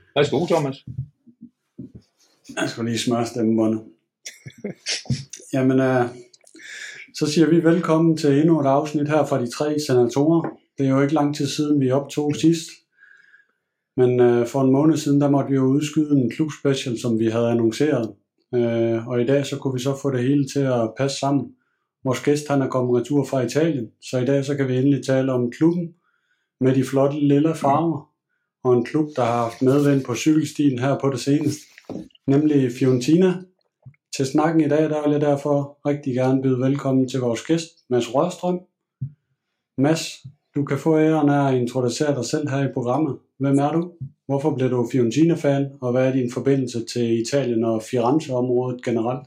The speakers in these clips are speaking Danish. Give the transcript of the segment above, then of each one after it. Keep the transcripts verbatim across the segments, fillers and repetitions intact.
Værsgo, Thomas. Jeg skal lige smøre stemmebåndet. Jamen, øh, så siger vi velkommen til endnu et afsnit her fra de tre senatorer. Det er jo ikke lang tid siden, vi optog sidst. Men øh, for en måned siden, der måtte vi jo udskyde en klubspecial, som vi havde annonceret. Øh, og i dag, så kunne vi så få det hele til at passe sammen. Vores gæst, han er kommet retur fra Italien. Så i dag, så kan vi endelig tale om klubben med de flotte lille farver. Og en klub, der har haft medvind på cykelstien her på det seneste. Nemlig Fiorentina. Til snakken i dag, der vil jeg derfor rigtig gerne byde velkommen til vores gæst, Mads Rørstrøm. Mads, du kan få æren af at introducere dig selv her i programmet. Hvem er du? Hvorfor blev du Fiorentina-fan? Og hvad er din forbindelse til Italien og Firenze-området generelt?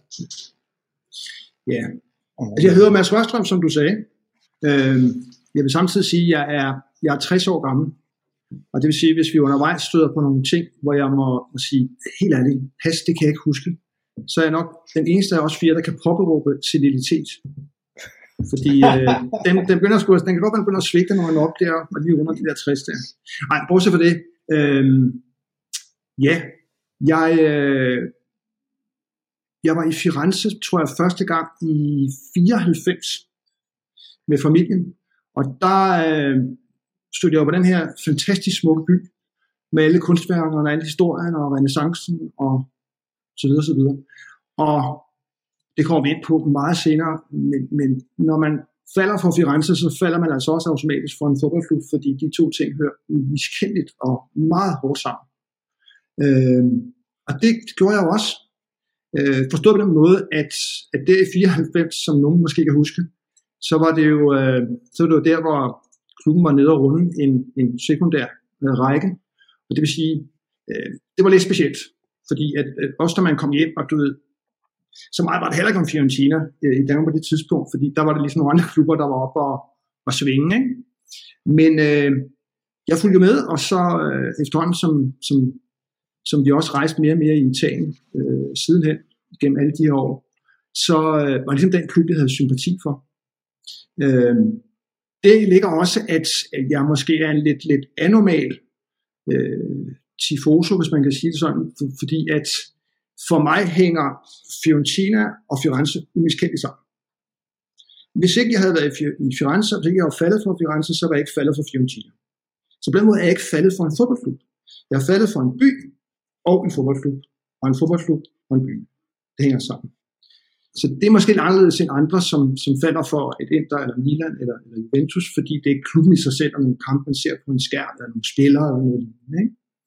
Ja, altså jeg hedder Mads Rørstrøm, som du sagde. Jeg vil samtidig sige, at jeg er, jeg er tres år gammel. Og det vil sige, at hvis vi undervejs støder på nogle ting, hvor jeg må, må sige, helt ærligt, pas, det kan jeg ikke huske, så er jeg nok den eneste af os fire, der kan påberåbe senilitet. Fordi øh, den, den, begynder at, den kan godt begynde at svigte, når man er op der, og lige under de der tres der. Ej, bortset for det, øh, ja, jeg, øh, jeg var i Firenze, tror jeg, første gang i fireoghalvfems med familien, og der øh, stod jeg på den her fantastisk smukke by, med alle kunstværkerne og alle historien og renaissancen og så videre, så videre. Og det kommer vi ind på meget senere, men, men når man falder for Firenze, så falder man altså også automatisk for en fodboldklub, fordi de to ting hører miskendeligt og meget hårdt sammen. Øh, og det gjorde jeg også. Øh, forstået på den måde, at, at det i fireoghalvfems, som nogen måske kan huske, så var det jo, øh, så var det jo der, hvor klubben var nede og runde en, en sekundær øh, række. Og det vil sige, øh, det var lidt specielt, fordi at, at også når man kom hjem, og du ved, så meget var det heller ikke om Fiorentina øh, i Danmark på det tidspunkt, fordi der var det ligesom nogle andre klubber, der var oppe og, og svinge, ikke? Men øh, jeg fulgte med, og så øh, efterhånden, som, som, som vi også rejste mere og mere i Italien øh, sidenhen, gennem alle de her år, så øh, var det ligesom den klub, jeg havde sympati for. Øh, det ligger også, at jeg måske er en lidt, lidt anormal øh, tifoso, hvis man kan sige det sådan, for, fordi at for mig hænger Fiorentina og Firenze umiskendeligt sammen. Hvis ikke jeg havde været i Firenze, hvis ikke jeg var faldet for Firenze, så var jeg ikke faldet for Fiorentina. Så på den måde er jeg ikke faldet for en fodboldklub. Jeg er faldet for en by og en fodboldklub, og en fodboldklub og en by. Det hænger sammen. Så det er måske lidt anderledes end andre, som, som falder for et Inter eller Milan eller, eller Juventus, fordi det er klubben i sig selv, og nogle kampe, man ser på en skærm, eller nogle spillere eller noget lignende.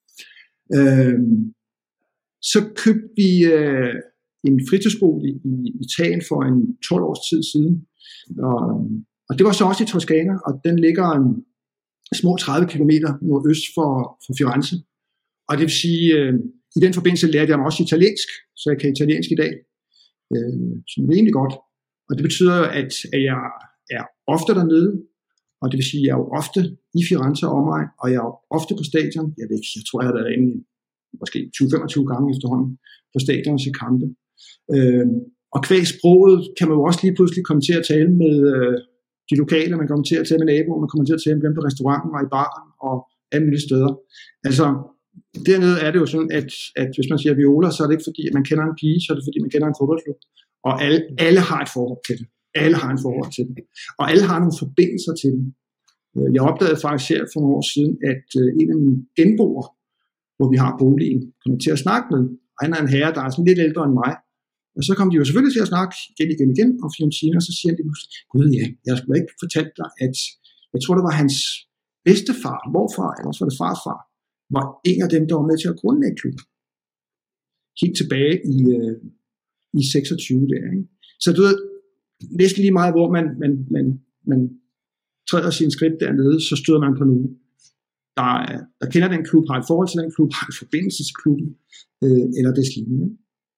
Øhm, så købte vi øh, en fritidsbolig i Italien for en tolv års tid siden, og, og det var så også i Toskana, og den ligger en små tredive kilometer nordøst for, for Firenze. Og det vil sige, øh, i den forbindelse lærte jeg mig også italiensk, så jeg kan italiensk i dag, øh, som er rimelig godt. Og det betyder, at, at jeg er ofte dernede, og det vil sige, at jeg er jo ofte i Firenze og omegn, og jeg er ofte på stadion. Jeg ved ikke, jeg tror, jeg har været inde måske tyve til femogtyve gange efterhånden på stadion til kampe. Øh, og kvæg sproget kan man jo også lige pludselig komme til at tale med øh, de lokale, man kommer til at tale med naboer, man kommer til at tale med dem på restauranten og i baren og alle mulige steder. Altså, dernede er det jo sådan, at, at hvis man siger violer, så er det ikke fordi, at man kender en pige, så er det fordi, man kender en fodboldklub. Og alle, alle har et forhold til det. Alle har en forhold til det. Og alle har nogle forbindelser til det. Jeg opdagede faktisk her for nogle år siden, at en af mine genboer, hvor vi har boligen, kommer til at snakke med. Han er en herre, der er sådan lidt ældre end mig. Og så kom de jo selvfølgelig til at snakke igen, igen, igen om Fiorentina, og så siger de, gud ja, jeg skulle ikke fortælle dig, at jeg tror, det var hans bedstefar, morfar, eller også var det farfar, var en af dem, der var med til at grundlægge klubben. Helt tilbage i, øh, i seksogtyve der, ikke? Så du ved, næsten lige meget, hvor man, man, man, man træder sin skridt dernede, så støder man på nogen, der, der kender den klub, har et forhold til den klub, har en forbindelse til klubben, øh, eller det lignende.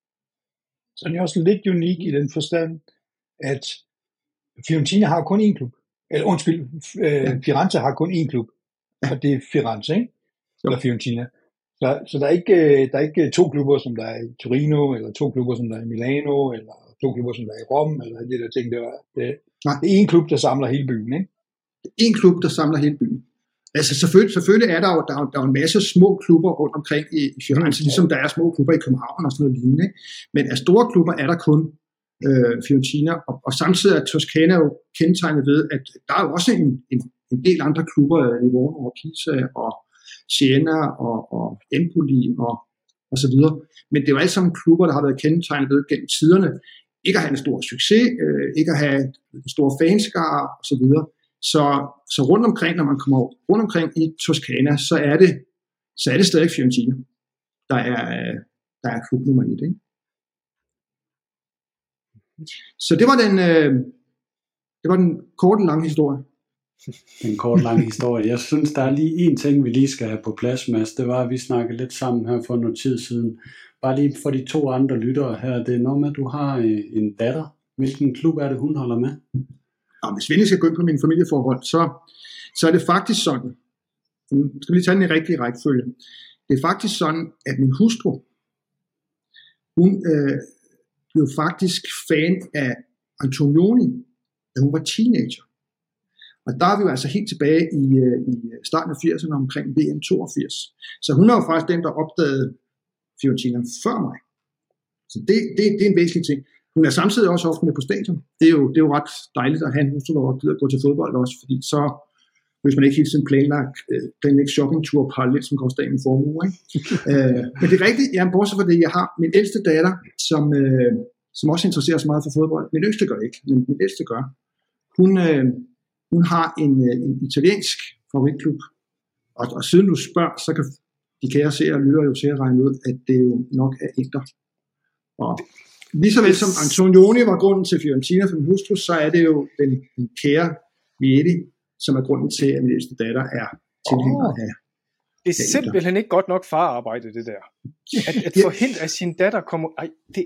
Så det er også lidt unik i den forstand, at Fiorentina har kun én klub. Eller undskyld, øh, ja. Firenze har kun én klub, ja. Og det er Firenze, ikke? Eller Fiorentina. Så, så der, er ikke, der er ikke to klubber, som der er i Torino, eller to klubber, som der er i Milano, eller to klubber, som der er i Rom, eller det der ting. Det er, det, det er én klub, der samler hele byen, ikke? Det er én klub, der samler hele byen. Altså selvfølgelig, selvfølgelig er der jo der er, der er en masse små klubber rundt omkring i, i Firenze, ligesom der er små klubber i København og sådan noget lignende. Ikke? Men af store klubber er der kun øh, Fiorentina, og, og samtidig er Toscana jo kendetegnet ved, at der er jo også en, en, en del andre klubber, Livorno og Pisa og Siena og, og Empoli og, og så videre. Men det er jo alle sammen klubber, der har været kendetegnet ved gennem tiderne, ikke at have en stor succes, øh, ikke at have en stor fanskare og så videre. Så, så rundt omkring, når man kommer rundt omkring i Toscana, så er det, så er det stadig Fiorentina, der er, der er klub nummer et. Ikke? Så det var den, øh, det var den korte, lange historie. Den korte, lange historie. Jeg synes, der er lige en ting, vi lige skal have på plads, Mads. Det var, at vi snakkede lidt sammen her for noget tid siden. Bare lige for de to andre lyttere her. Det er noget med, at du har en datter. Hvilken klub er det, hun holder med? Og hvis vi endelig skal gå ind på mine familieforhold, så, så er det faktisk sådan, skal vi tage den i rigtig rækkefølge, det er faktisk sådan, at min hustru, hun øh, blev faktisk fan af Antonioni, da hun var teenager. Og der er vi jo altså helt tilbage i, øh, i starten af firserne omkring V M toogfirs. Så hun er jo faktisk den, der opdagede Fiorentina før mig. Så det, det, det er en væsentlig ting. Hun er samtidig også ofte med på stadion. Det er jo, det er jo ret dejligt at have en hustru, der gider at gå til fodbold også, fordi så, hvis man ikke hele tiden planlagt planlægge shoppingtur parallelt, som koster en formue. Ikke? øh, men det er rigtigt, jeg er bortset for det, jeg har min ældste datter, som, øh, som også interesserer sig meget for fodbold. Min yngste gør ikke, men min ældste gør. Hun, øh, hun har en, en italiensk favoritklub, og, og siden du spørger, så kan de kære seere og lytter jo se at regne ud, at det jo nok er Inter. Og ligeså vel som Antonioni var grunden til Fiorentina for min hustru, så er det jo den, den kære Vieri, som er grunden til, at min ældste datter er tilhænger oh. af. Det er simpelthen ikke godt nok fararbejde, det der. At, at forhindre, at sin datter kommer... Ej, det...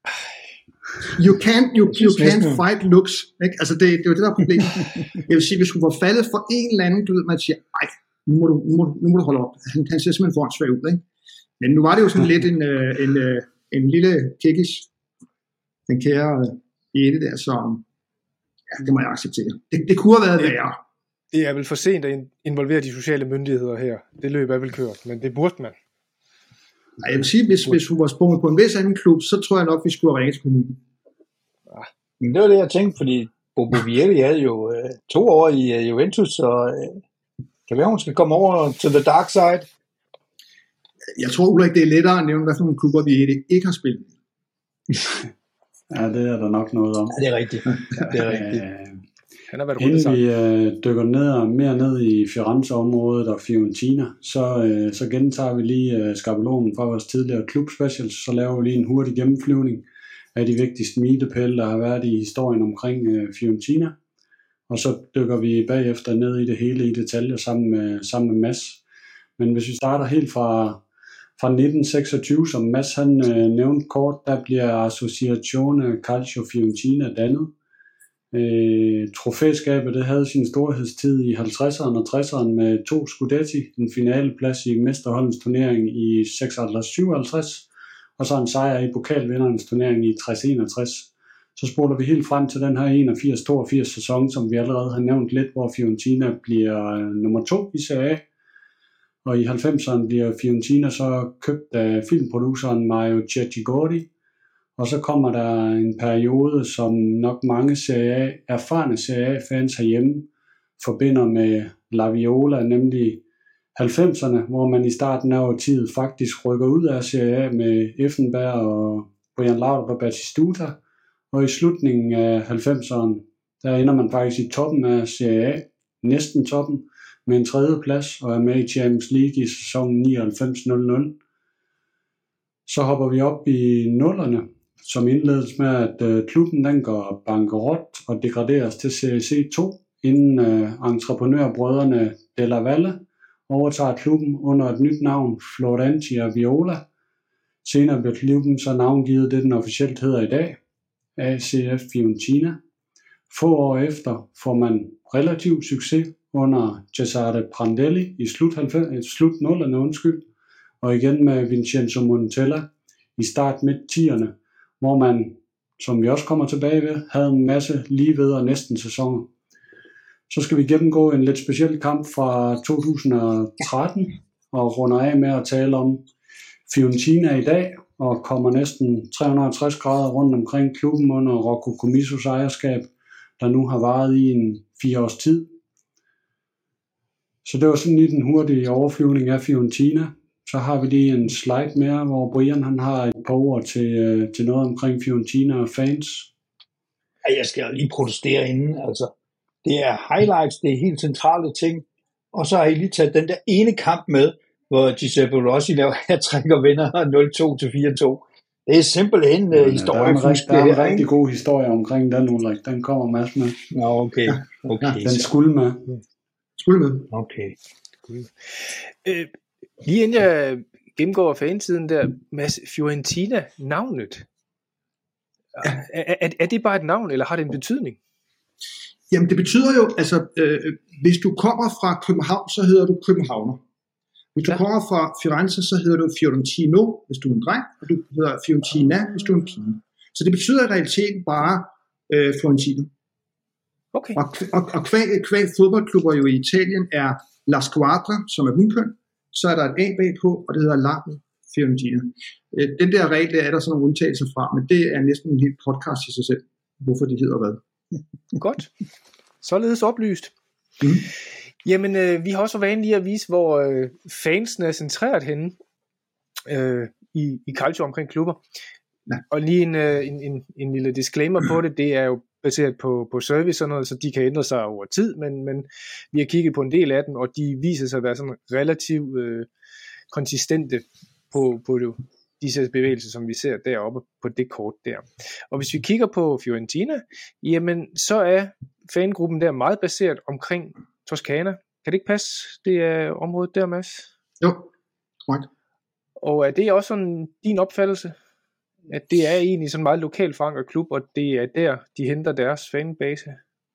You can't, you, you can't fight looks. Ikke? Altså, det, det er jo det, der er problemet. Jeg vil sige, hvis hun var faldet for en eller anden, du ved, man siger, ej, nu må du, nu må, nu må du holde op. Han, han ser simpelthen for en svag ud, ikke? Men nu var det jo sådan lidt en, en, en, en lille kækkis, den kære Jette der, så ja, det må jeg acceptere. Det, det kunne have været værre. Det er vel for sent at involvere de sociale myndigheder her. Det løb er vel kørt, men det burde man. Nej, jeg vil sige, hvis, hvis hun var sprunget på en vis anden klub, så tror jeg nok, vi skulle have ringet til kommunen. Ja. Men det var det, jeg tænkte, fordi Bobo Vieri havde jo øh, to år i øh, Juventus, så øh, kan være, hun skal komme over til the dark side. Jeg tror, Ulrik, det er lettere at nævne, hvad for nogle klubber Vieri ikke har spillet. Ja, det er der nok noget om. Ja, det er rigtigt. Ja, det er rigtigt. Han har været Inden vi øh, dykker ned og mere ned i Firenze-området og Fiorentina, så, øh, så gentager vi lige øh, skabelonen fra vores tidligere klubspecials, så laver vi lige en hurtig gennemflyvning af de vigtigste milepæle, der har været i historien omkring øh, Fiorentina. Og så dykker vi bagefter ned i det hele i detaljer sammen med, sammen med Mads. Men hvis vi starter helt fra, fra nitten seksogtyve, som Mads han øh, nævnte kort, der bliver Associazione Calcio Fiorentina dannet. Øh, trofæskabet det havde sin storhedstid i halvtredserne og tresserne med to Scudetti, en finaleplads i mesterholdens turnering i seksoghalvtreds syvoghalvtreds og så en sejr i pokalvinderens turnering i tres enogtres. Så spoler vi helt frem til den her enogfirs toogfirs sæson, som vi allerede har nævnt lidt, hvor Fiorentina bliver øh, nummer to i Serie A, og i halvfemserne bliver Fiorentina så købt af filmproduceren Mario Cecchigordi. Og så kommer der en periode, som nok mange Serie A, erfarne Serie A-fans herhjemme forbinder med La Viola, nemlig halvfemserne, hvor man i starten af årtiet faktisk rykker ud af Serie A med Effenberg og Brian Laudrup og Batistuta. Og i slutningen af halvfemserne, der ender man faktisk i toppen af Serie A, næsten toppen, med en tredje plads og er med i Champions League i sæsonen nioghalvfems nul nul. Så hopper vi op i nullerne, som indledes med, at øh, klubben den går bankerot og degraderes til Serie C to, inden øh, entreprenørbrødrene Della Valle overtager klubben under et nyt navn, Florentia Viola. Senere bliver klubben så navngivet det, den officielt hedder i dag, A C F Fiorentina. Få år efter får man relativ succes under Cesare Prandelli i slut, slut nullerne, undskyld, og igen med Vincenzo Montella i start midt tierne, hvor man, som vi også kommer tilbage ved, havde en masse lige ved og næsten sæsoner. Så skal vi gennemgå en lidt speciel kamp fra to tusind og tretten, og runder af med at tale om Fiorentina i dag, og kommer næsten tre hundrede og halvtreds grader rundt omkring klubben under Rocco Commissos ejerskab, der nu har varet i en fire års tid. Så det var sådan lige den hurtige overflyvning af Fiorentina. Så har vi lige en slide mere, hvor Brian han har et par ord til, til noget omkring Fiorentina og fans. Jeg skal jo lige protestere inden, altså. Det er highlights, det er helt centrale ting, og så har I lige taget den der ene kamp med, hvor Giuseppe Rossi laver hat-trick og vinder nul to til fire to. Det er simpelthen ja, historie. Der er en, der er en rigtig god historie omkring den, Ulrik. Den kommer Mads med. Nå, okay. okay. Den skulle med. Skulle med. Okay. Øh, lige inden jeg gennemgår fansiden der, Mads, Fiorentina, navnet. Ja. Er, er, er det bare et navn, eller har det en betydning? Jamen det betyder jo, altså øh, hvis du kommer fra København, så hedder du københavner. Hvis du ja. kommer fra Firenze, så hedder du Fiorentino, hvis du er en dreng, og du hedder Fiorentina, hvis du er en pige. Så det betyder i realiteten bare øh, Fiorentino. Okay. Og, og, og kvæg, kvæg fodboldklubber jo i Italien er La Squadra, som er hundkøn, så er der et A bagpå, og det hedder La Fiorentina. Øh, den der regel er der sådan nogle undtagelser fra, men det er næsten en hel podcast i sig selv, hvorfor de hedder hvad. Godt. Således oplyst. Mm. Jamen, øh, vi har også været lige at vise, hvor øh, fansene er centreret henne øh, i, i Calcio omkring klubber. Ja. Og lige en, øh, en, en, en lille disclaimer på det, det er jo baseret på, på service og noget, så de kan ændre sig over tid, men, men vi har kigget på en del af dem, og de viser sig at være sådan relativt øh, konsistente på, på det, disse bevægelser, som vi ser deroppe på det kort der. Og hvis vi kigger på Fiorentina, jamen så er fangruppen der meget baseret omkring Toscana. Kan det ikke passe, det er området der, Mads? Jo, korrekt. Og er det også sådan din opfattelse, at det er egentlig sådan en meget lokalt forankret klub, og det er der, de henter deres fanbase?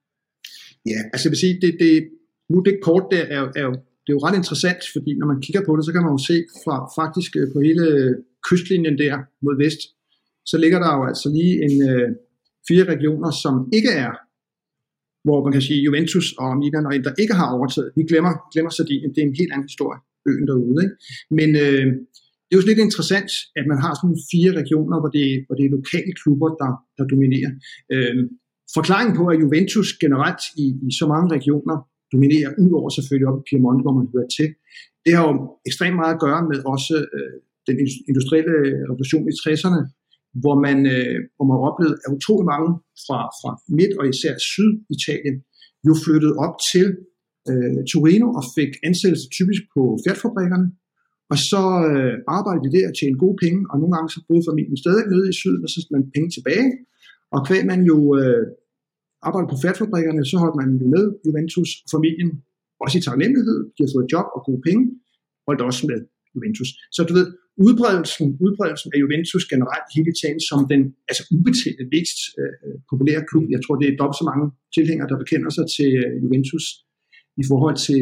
Ja, altså jeg vil sige, det, det, nu det kort der er, er, jo, det er jo ret interessant, fordi når man kigger på det, så kan man jo se fra faktisk på hele kystlinjen der mod vest, så ligger der jo altså lige en øh, fire regioner, som ikke er, hvor man kan sige Juventus og Milan og Inter ikke har overtaget. Vi glemmer, glemmer Sardinien, det er en helt anden historie, øen derude. Ikke? Men øh, det er jo lidt interessant, at man har sådan fire regioner, hvor det, hvor det er lokale klubber, der, der dominerer. Øh, forklaringen på, at Juventus generelt i, i så mange regioner dominerer, udover selvfølgelig op i Piemonte, hvor man hører til, det har jo ekstremt meget at gøre med også øh, den industrielle revolution i tresserne, hvor man, øh, hvor man oplevede, at utrolig mange fra, fra midt og især Syditalien jo flyttede op til øh, Torino og fik ansættelse typisk på Fiat-fabrikkerne, og så øh, arbejdede de der og tjente gode penge, og nogle gange så boede familien stadig nede i syden, og så man penge tilbage, og kvæg man jo øh, arbejdede på Fiat-fabrikkerne, så holdt man jo med Juventus og familien, også i taknemmelighed, de har fået job og gode penge, holdt også med Juventus. Så du ved, udbredelsen, udbredelsen af Juventus generelt hele Italien som den altså ubetinget mest øh, populære klub. Jeg tror, det er dobbelt så mange tilhængere, der bekender sig til øh, Juventus i forhold til,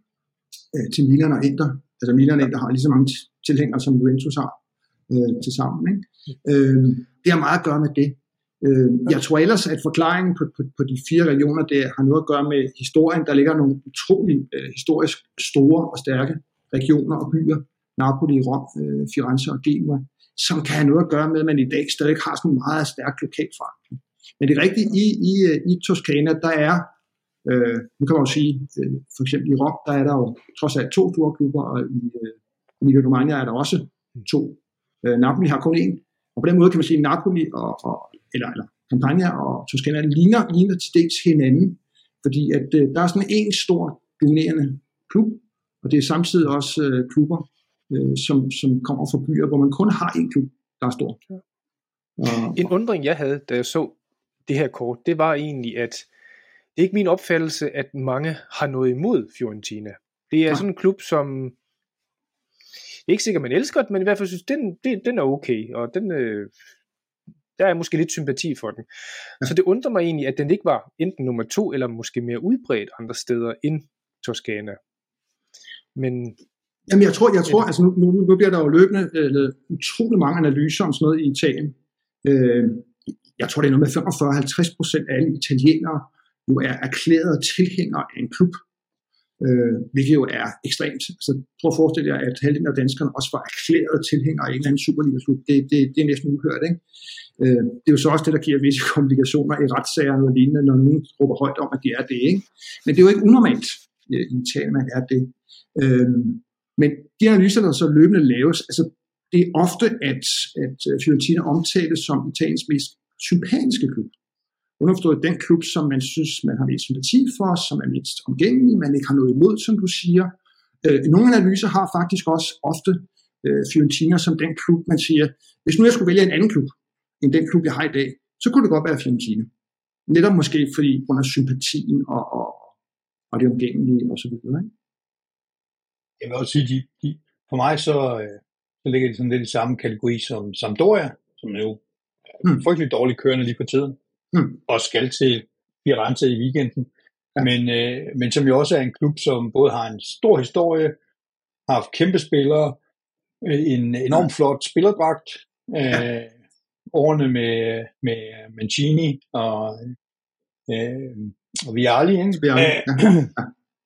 øh, til Milan og Inter. Altså Milan og Inter har lige så mange tilhængere, som Juventus har øh, til sammen. Ikke? Øh, det har meget at gøre med det. Øh, jeg tror ellers, at forklaringen på, på, på de fire regioner, det har noget at gøre med historien. Der ligger nogle utrolig øh, historisk store og stærke regioner og byer, Napoli, Rom, øh, Firenze og Genua, som kan have noget at gøre med, at man i dag stadig har sådan en meget stærk lokal forankring. Men det er rigtigt, i, i, i Toscana, der er, øh, nu kan man jo sige, øh, for eksempel i Rom, der er der jo trods alt to store klubber, og i øh, Emilia-Romagna er der også to. Øh, Napoli har kun én, og på den måde kan man sige, at Napoli og, og, eller, eller Campania og Toscana ligner, ligner til dels hinanden, fordi at øh, der er sådan en stor dominerende klub, og det er samtidig også øh, klubber, øh, som, som kommer fra byer, hvor man kun har en klub, der er stor. Og, en undring, jeg havde, da jeg så det her kort, det var egentlig, at det er ikke min opfattelse, at mange har noget imod Fiorentina. Det er ja. sådan en klub, som jeg er ikke sikker, man elsker den, men i hvert fald synes, den, den, den er okay, og den, øh, der er måske lidt sympati for den. Ja. Så det undrer mig egentlig, at den ikke var enten nummer to, eller måske mere udbredt andre steder end Toscana. Men Jamen jeg tror, jeg tror altså nu, nu, nu bliver der jo løbende øh, lavet utrolig mange analyser om sådan noget i Italien. Øh, jeg tror, det er noget med femogfyrre til halvtreds procent af alle italienere jo er erklærede tilhængere af en klub, øh, hvilket jo er ekstremt. Altså, prøv at forestille jer, at halvdelen af danskerne også var erklærede tilhængere af en eller anden Superliga-klub. Det, det, det er næsten uhørt, ikke? Øh, det er jo så også det, der giver visse komplikationer i retssager og lignende, når nogen råber højt om, at de er det, ikke? Men det er jo ikke unormalt i Italien, man er det. Øh, men de analyser, der så løbende laves, altså det er ofte, at, at Fiorentina omtales som Italiens mest sympatiske klub. Underforstået den klub, som man synes, man har mest sympati for, som er mest omgængelig, man ikke har noget imod, som du siger. Øh, nogle analyser har faktisk også ofte øh, Fiorentina som den klub, man siger, hvis nu jeg skulle vælge en anden klub, end den klub, jeg har i dag, så kunne det godt være Fiorentina. Netop måske fordi under sympatien og, og, og det omgængelige og så videre. Ikke? Jeg vil også sige, de, de, for mig så, øh, så ligger det sådan lidt i samme kategori som Sampdoria, som er jo hmm. frygtelig dårligt kørende lige på tiden, hmm. og skal til Firenze i weekenden. Ja. Men, øh, men som jo også er en klub, som både har en stor historie, har haft kæmpe spillere, øh, en enormt flot spillerdragt, øh, ja. årene med, med Mancini og, øh, og Vialli, ikke? Vialli. Ja. Ja.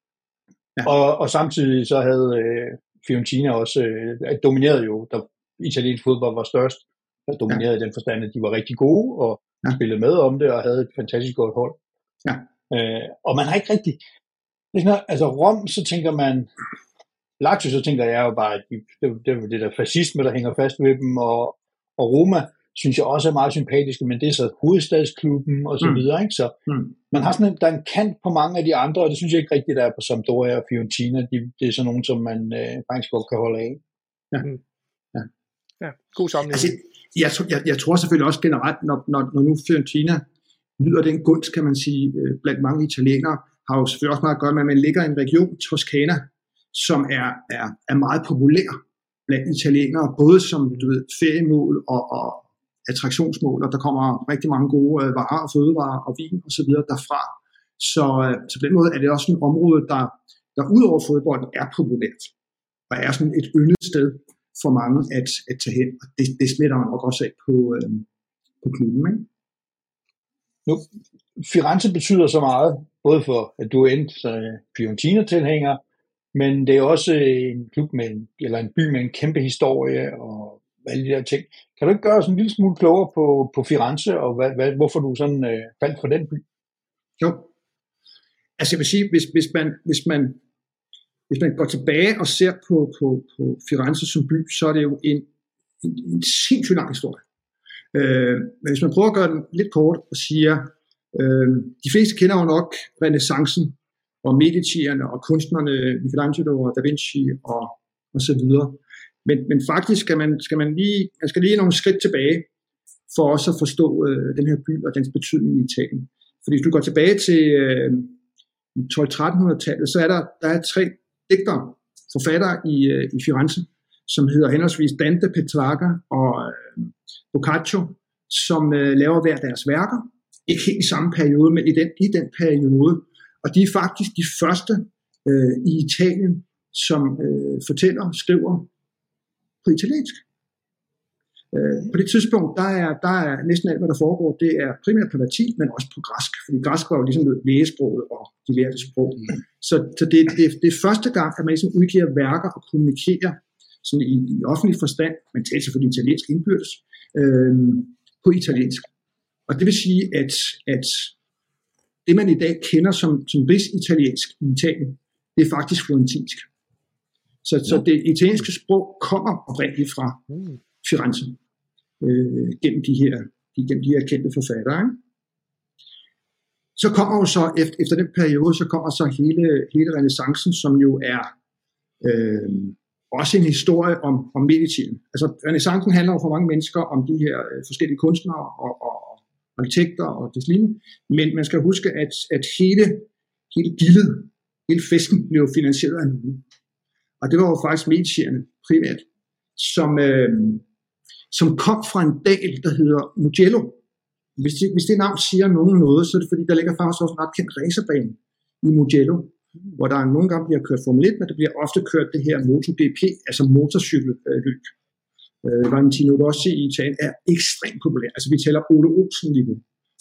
Ja. Og, og samtidig så havde øh, Fiorentina også øh, domineret jo, da italiensk fodbold var størst, der dominerede ja. i den forstand, at de var rigtig gode og ja. spillede med om det og havde et fantastisk godt hold. Ja. Øh, og man har ikke rigtig, altså Rom, så tænker man, Lazio, så tænker jeg jo bare, at de, det, det er det der fascisme, der hænger fast ved dem, og, og Roma, synes jeg også er meget sympatiske, men det er så hovedstadsklubben og så mm. videre, ikke? Så mm. man har sådan en, der er en kant på mange af de andre, og det synes jeg ikke rigtigt, der er på Sampdoria og Fiorentina. De, det er sådan nogen, som man øh, faktisk godt kan holde af. Ja, ja. ja god sammenligning. Altså, jeg, jeg, jeg tror selvfølgelig også generelt, når, når, når nu Fiorentina nyder den gunst, kan man sige, blandt mange italienere, har jo selvfølgelig også meget at gøre med, at man ligger i en region, Toskana, som er, er, er meget populær blandt italienere, både som du ved, feriemål og, og attraktionsmål, og der kommer rigtig mange gode øh, varer og fødevarer og vin og så videre derfra. Så, øh, så på den måde er det også et område, der, der ud over fodbolden er populært, og er sådan et yndet sted for mange at, at tage hen, og det, det smitter man nok også af på, øh, på klubben, ikke? Nu, Firenze betyder så meget, både for, at du er endt uh, Fiorentina-tilhænger, men det er også en klub med en, eller en by med en kæmpe historie og alle de der ting. Kan du ikke gøre os en lille smule klogere på, på Firenze, og hvad, hvad, hvorfor du sådan øh, faldt for den by? Jo. Altså jeg vil sige, hvis, hvis, man, hvis, man, hvis man går tilbage og ser på, på, på Firenze som by, så er det jo en, en, en sindssygt lang historie. Øh, men hvis man prøver at gøre den lidt kort og siger, øh, de fleste kender jo nok renæssancen og Medicierne og kunstnerne Michelangelo og Da Vinci og, og så videre. Men, men faktisk skal man, skal man lige, man skal lige nogle skridt tilbage for også at forstå øh, den her by og dens betydning i Italien. Fordi hvis du går tilbage til øh, tolv-trettenhundredetallet, så er der, der er tre digtere, forfattere i, øh, i Firenze, som hedder henholdsvis Dante, Petrarca og øh, Boccaccio, som øh, laver hver deres værker. Ikke helt i samme periode, men i den, i den periode. Og de er faktisk de første øh, i Italien, som øh, fortæller, skriver på italiensk. Øh, på det tidspunkt, der er, der er næsten alt, hvad der foregår, det er primært på latin, men også på græsk, fordi græsk var jo ligesom lægesproget og de lærte sprog. Så, så det, det, det er første gang, at man ligesom udgiver værker og kommunikerer sådan i, i offentlig forstand, men taler selvfølgelig italiensk indbyrdes, øh, på italiensk. Og det vil sige, at, at det man i dag kender som, som rigsitaliensk i Italien, det er faktisk florentinsk. Så, så det italienske sprog kommer oprindeligt fra Firenze, øh, gennem, de her, gennem de her kendte forfattere. Ikke? Så kommer jo så, efter, efter den periode, så kommer så hele, hele renæssancen, som jo er øh, også en historie om, om Medicien. Altså renæssancen handler jo for mange mennesker om de her øh, forskellige kunstnere og, og arkitekter og det lignende, men man skal huske, at, at hele, hele gildet, hele festen blev finansieret af nogen. Og det var jo faktisk Medicierne primært, som, øh, som kom fra en dal, der hedder Mugello. Hvis det, hvis det navn siger nogen noget, så er det fordi, der ligger faktisk også en ret kendt racerbane i Mugello, hvor der nogle gange bliver kørt Formel et, men der bliver ofte kørt det her MotoGP, altså motorcykelløb. Øh, Valentino Rossi i Italien er ekstremt populær. Altså vi taler Ole Olsen-niveau.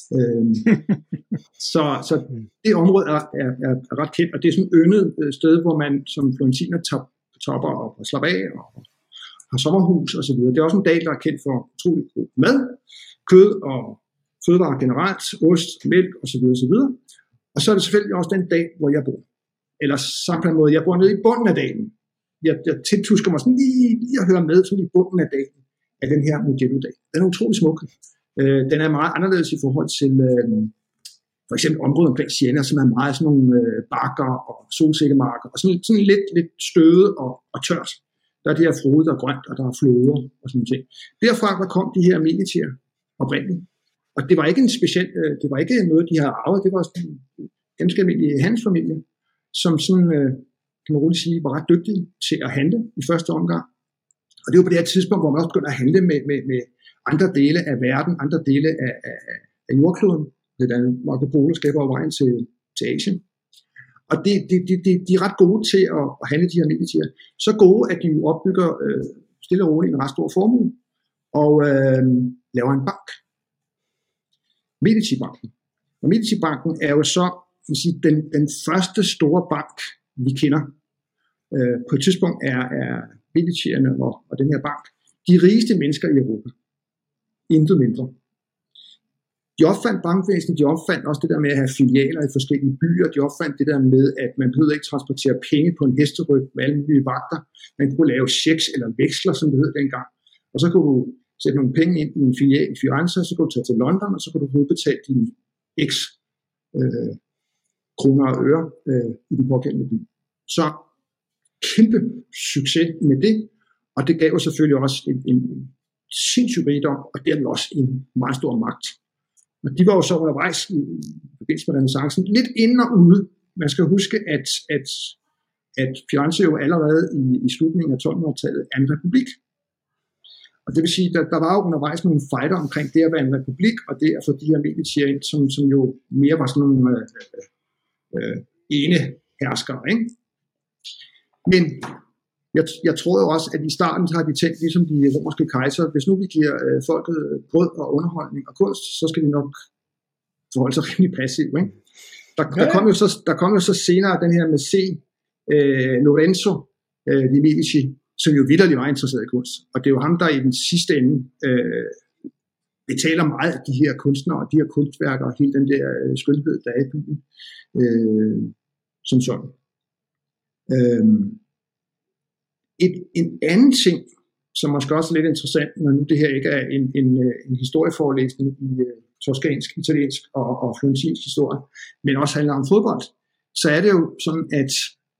Øhm, så, så det område er, er, er, er ret kendt, og det er sådan et yndet sted, hvor man som florentiner topper op og slapper af og har sommerhus og så videre. Det er også en dal, der er kendt for utrolig god mad, kød og fødevarer generelt, ost, mælk og så videre, og så videre. Og så er det selvfølgelig også den dag, hvor jeg bor. Eller samt på en måde, jeg bor nede i bunden af dalen. Jeg, jeg tiltusker mig sådan lige, lige at høre med sådan i bunden af dalen af den her Mugello-dag. Den er utrolig smuk. Øh, den er meget anderledes i forhold til øh, for eksempel området omkring Siena, som er meget sådan nogle øh, bakker og solsikkemarker, og sådan, sådan lidt, lidt støde og, og tørt. Der er det her frode, der er grønt, og der er floder og sådan noget. Derfra der kom de her militære oprindeligt. Og det var ikke en speciel, øh, det var ikke noget, de havde arvet, det var sådan en ganske almindelig handelsfamilie, som sådan, øh, kan man roligt sige, var ret dygtige til at handle i første omgang. Og det var på det her tidspunkt, hvor man også begyndte at handle med, med, med andre dele af verden, andre dele af, af, af jordkloden. Det er Marco Polo skaber vejen til, til Asien. Og det, det, det, det, de er ret gode til at, at handle de her militære. Så gode, at de opbygger øh, stille og roligt en ret stor formue og øh, laver en bank. Medici-banken. Og Medici-banken er jo så sige, den, den første store bank, vi kender. Øh, på et tidspunkt er, er Medicierne og, og den her bank de rigeste mennesker i Europa. Intet mindre. De opfandt bankvæsenet, de opfandt også det der med at have filialer i forskellige byer, de opfandt det der med, at man behøvede ikke transportere penge på en hesteryg med alle mulige vagter. Man kunne lave checks eller veksler, som det hed dengang. Og så kunne du sætte nogle penge ind i en filial i Firenze, så kunne du tage til London, og så kunne du udbetale dine x øh, kroner og øre øh, i den pågældende by. Så kæmpe succes med det, og det gav jo selvfølgelig også en, en sindssyg rigdom, og dermed også en meget stor magt. Og de var jo så undervejs i forbindelse med renaissancen lidt inde og ude. Man skal huske, at, at, at Firenze jo allerede i, i slutningen af tolvhundredetallet er en republik. Og det vil sige, at der, der var jo undervejs nogle fighter omkring det at være en republik, og det at få de her militære ind, som, som jo mere var sådan nogle øh, øh, ene herskere, ikke? Men jeg, jeg tror jo også, at i starten har de tænkt, ligesom de romerske kejser, hvis nu vi giver øh, folket brød og underholdning og kunst, så skal de nok forholde sig rimelig passivt, ikke? Der, der, kom jo så, der kom jo så senere den her med C. Øh, Lorenzo øh, de Medici, som jo vitterligt var interesseret i kunst. Og det er jo ham, der i den sidste ende øh, betaler meget af de her kunstnere og de her kunstværker og hele den der øh, skønhed, der er i byen, øh, som sådan. Øh, et, en anden ting, som måske også er lidt interessant, når nu det her ikke er en, en, en historieforelæsning i uh, toskansk, italiensk og, og florentinsk historie, men også handler om fodbold, så er det jo sådan, at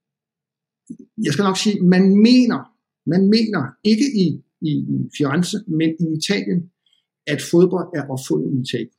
jeg skal nok sige, man mener, man mener ikke i, i, i Firenze, men i Italien, at fodbold er opfundet i Italien.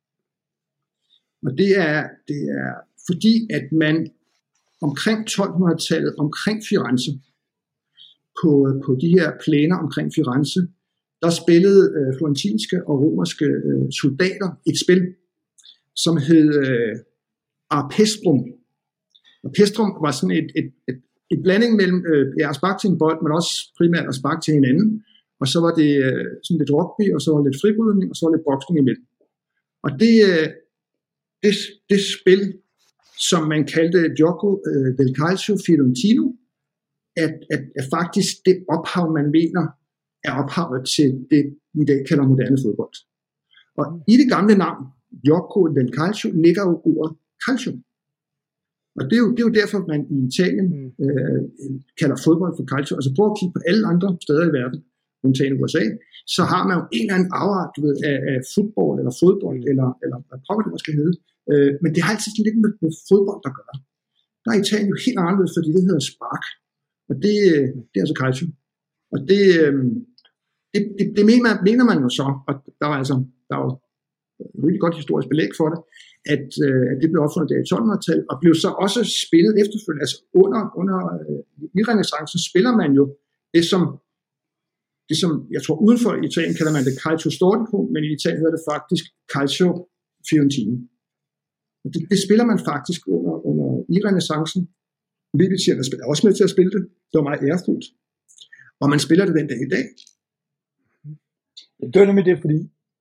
Og det er, det er fordi, at man omkring tolvhundredetallet, omkring Firenze, På, på de her plæner omkring Firenze, der spillede øh, florentinske og romerske øh, soldater et spil, som hed øh, Arpestrum. Arpestrum var sådan et, et, et, et blanding mellem øh, ja, at sparke til en bold, men også primært at sparke til hinanden. Og så var det øh, sådan lidt rugby, og så var lidt fribrydning, og så var lidt boksning imellem. Og det, øh, det, det spil, som man kaldte Gioco øh, del Calcio Fiorentino, At, at, at faktisk det ophav, man mener, er ophavet til det, vi i dag kalder moderne fodbold. Og i det gamle navn, Gioco del Calcio, ligger jo ordet calcio. Og det er jo, det er jo derfor, man i Italien øh, kalder fodbold for calcio. Altså prøv at kigge på alle andre steder i verden, undtagen U S A, så har man jo en eller anden afart du ved, af, af fodbold, eller fodbold, eller, eller hvad pokker det måske hedde. Øh, men det har altid lidt med, med fodbold at gøre. Der er Italien jo helt anderledes, fordi det hedder spark. Og det, det er altså calcio. Og det, det, det, det mener, man, mener man jo så, og der var altså der var et rigtig godt historisk belæg for det, at, at det blev opfundet der i tolvhundredetallet, og blev så også spillet efterfølgende. Altså under, under i renaissancen spiller man jo det som, det som, jeg tror uden for Italien kalder man det calcio storico, men i Italien hedder det faktisk calcio fiorentino. Og det, det spiller man faktisk under, under i renaissancen. Militærerne spiller også med til at spille det. Det var meget ærefuldt. Og man spiller det den dag i dag. Jeg dør med det, fordi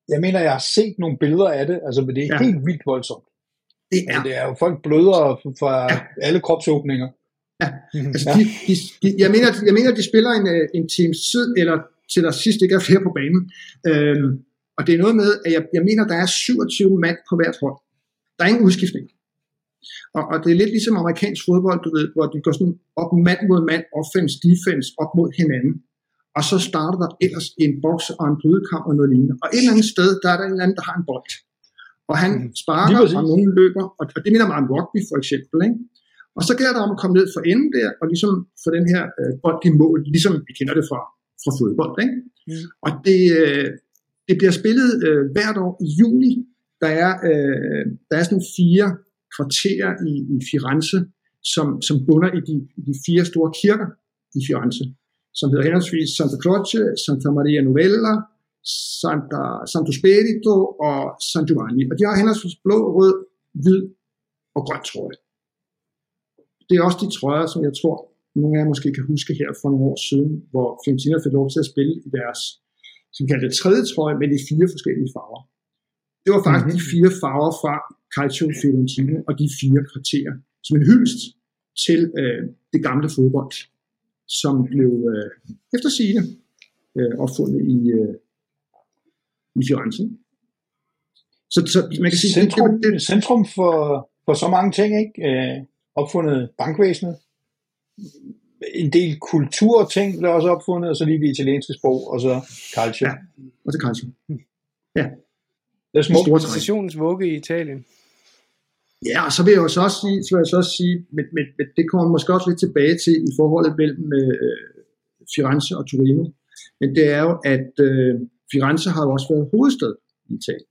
jeg mener, jeg har set nogle billeder af det, altså, men det er ja. helt vildt voldsomt. Det er, altså, det er jo folk bløder fra ja. alle kropsåbninger. Ja, altså, ja. De, de, de, jeg, mener, jeg mener, de spiller en, en times tid, eller til der sidst ikke er flere på banen. Øhm, og det er noget med, at jeg, jeg mener, der er syvogtyve mand på hvert hold. Der er ingen udskiftning. Og, og det er lidt ligesom amerikansk fodbold, du ved, hvor de går sådan op mand mod mand, offense, defense, op mod hinanden. Og så starter der ellers en boks og en brydekamp og noget lignende. Og et eller andet sted, der er der en eller anden, der har en bold. Og han sparker, og nogen løber, og, og det minder meget om rugby for eksempel, ikke? Og så gælder det om at komme ned for enden der, og ligesom få den her øh, bold i mål, ligesom vi kender det fra, fra fodbold, ikke? Mm. Og det, øh, det bliver spillet øh, hvert år i juni. Der er, øh, der er sådan fire kvarterer i, i Firenze, som, som bunder i de, de fire store kirker i Firenze, som hedder henholdsvis Santa Croce, Santa Maria Novella, Santa, Santo Spirito og San Giovanni. Og de har henholdsvis blå, rød, hvid og grøn trøje. Det er også de trøjer, som jeg tror, nogle af jer måske kan huske her for nogle år siden, hvor Fiorentina fik lov til at spille i deres, som vi kalder det, tredje trøje, med de fire forskellige farver. Det var faktisk mm-hmm. de fire farver fra Calcio Fiorentina og de fire kvarterer, som en hyldest til øh, det gamle fodbold, som blev øh, efter sigende øh, opfundet i, øh, i Firenze. Så, så man kan sige, centrum, det, det, det, centrum for, for så mange ting, ikke? Øh, opfundet bankvæsenet. En del kulturting blev også opfundet, og så lige det italienske sprog, og så calcio. Ja, og så calcio. Ja. Det er smukt. Stationens vugge i Italien. Ja, og så vil jeg jo så også sige, så vil jeg så også sige men, men, men det kommer måske også lidt tilbage til i forholdet mellem øh, Firenze og Torino. Men det er jo, at øh, Firenze har jo også været hovedstad i Italien.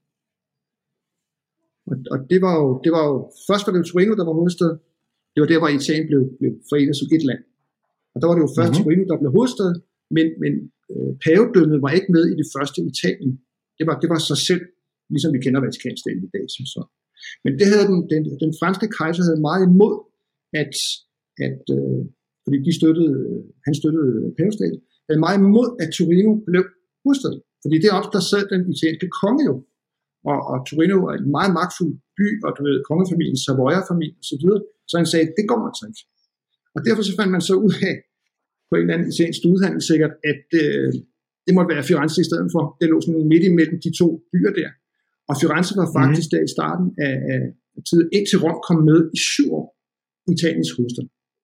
Og, og det var jo, det var jo, først var det jo Torino, der var hovedstad. Det var der, hvor Italien blev, blev forenet som et land. Og der var det jo først mm-hmm. Torino, der blev hovedstad, men, men øh, pavedømmet var ikke med i det første Italien. Det var, det var sig selv, ligesom vi kender Vatikanstaten i dag som så. Men det havde den, den, den franske kejser havde meget imod, at, at øh, fordi de støttede, han støttede pavestaten, havde meget imod, at Torino blev hovedstad. Fordi det op, der sad den italienske konge jo. Og, og Torino var en meget magtfuld by, og du ved, kongefamilien, Savoia-familien osv. Så han sagde, det går altså ikke. Og derfor så fandt man så ud af, på en eller anden italiensk udhandel sikkert, at øh, det måtte være Firenze i stedet for. Det lå sådan midt imellem de to byer der. Og Firenze var faktisk mm. der i starten af, af tiden, indtil Rom kom med i syv år, Italiens hovedstad.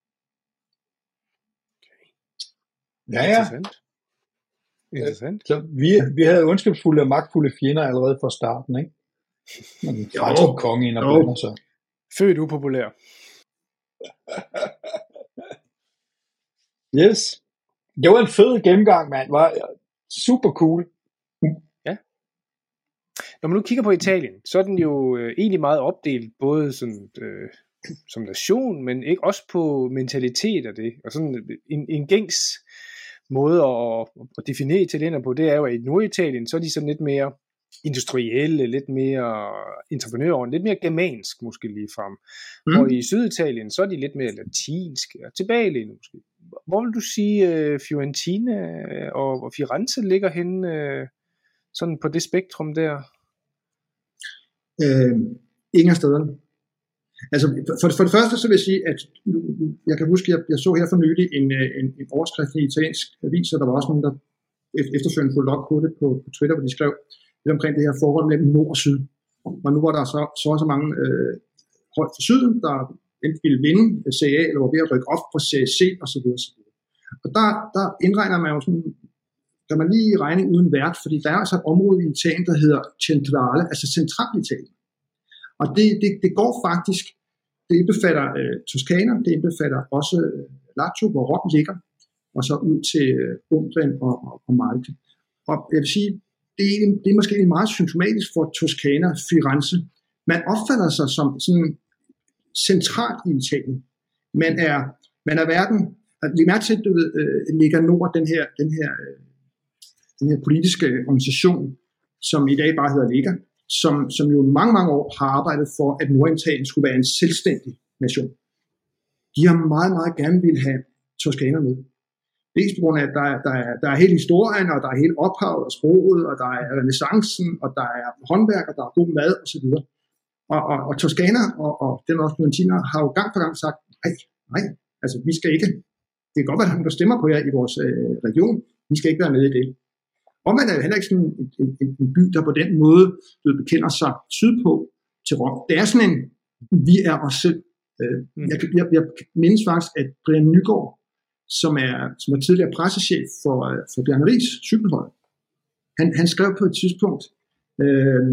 Ja, ja. Interessant. Interessant. Så vi, vi havde ondskabsfulde og magtfulde fjender allerede fra starten, ikke? Men den franske konge ind og blander sig. Født upopulær. Yes. Det var en fed gennemgang, mand. Var super cool. Ja. Når man nu kigger på Italien, så er den jo øh, egentlig meget opdelt, både sådan, øh, som nation, men ikke også på mentalitet og det. Og sådan en, en gængs måde at, at definere italienere på, det er jo, at i Norditalien, så er de sådan lidt mere industrielle, lidt mere entreprenører, lidt mere germansk måske lige frem. Mm. Og i Syditalien, så er de lidt mere latinske og tilbagelænet måske. Hvor vil du sige, uh, Fiorentina og, og Firenze ligger henne uh, sådan på det spektrum der? Øh, ingen af stederne. Altså, for, for det første så vil jeg sige, at jeg kan huske, at jeg, jeg så her for nylig en, en, en overskrift i italiensk avis, og der var også nogen, der efterfølgende fulgte op på det på, på Twitter, hvor de skrev lidt omkring det her forhold mellem nord og syd. Og nu var der så så, så mange øh, hold fra syden, der enten ville vinde Serie A, eller var ved at rykke op på Serie C, og så videre. Og der, der indregner man jo sådan, kan man lige regne uden vært, fordi der er altså et område i Italien, der hedder Centrale, altså Centralitalien. Og det, det, det går faktisk, det indbefatter øh, Toskana, det indbefatter også øh, Lazio, hvor Rom ligger, og så ud til øh, Umbrien og, og, og Malte. Og jeg vil sige, det er, det er måske meget symptomatisk for Toskana, Firenze. Man opfatter sig som sådan centralt i Italien. Man er, man er verden, lige mærke til, at du ved, øh, ligger nord den her, den her, øh, den her politiske organisation, som i dag bare hedder Lega, som, som jo mange, mange år har arbejdet for, at Norditalien skulle være en selvstændig nation. De har meget, meget gerne ville have Toskana med. Dels på grund af, at der er, der, er, der er hele historien, og der er hele ophavet og sproget, og der er renaissancen, og der er håndværk, og der er god mad osv. Og, og, og Toscana og, og den også Fiorentina har jo gang på gang sagt, nej, nej, altså vi skal ikke, det kan godt være, at der stemmer på jer i vores øh, region, vi skal ikke være med i det. Og man er jo heller ikke sådan en, en, en, en by, der på den måde bekender sig sydpå til Rom. Det er sådan en, vi er os selv. Øh, mm. jeg, jeg, jeg mindes faktisk, at Brian Nygaard, som er, som er tidligere pressechef for, for Bjarne Riis cykelhold, han, han skrev på et tidspunkt, øh,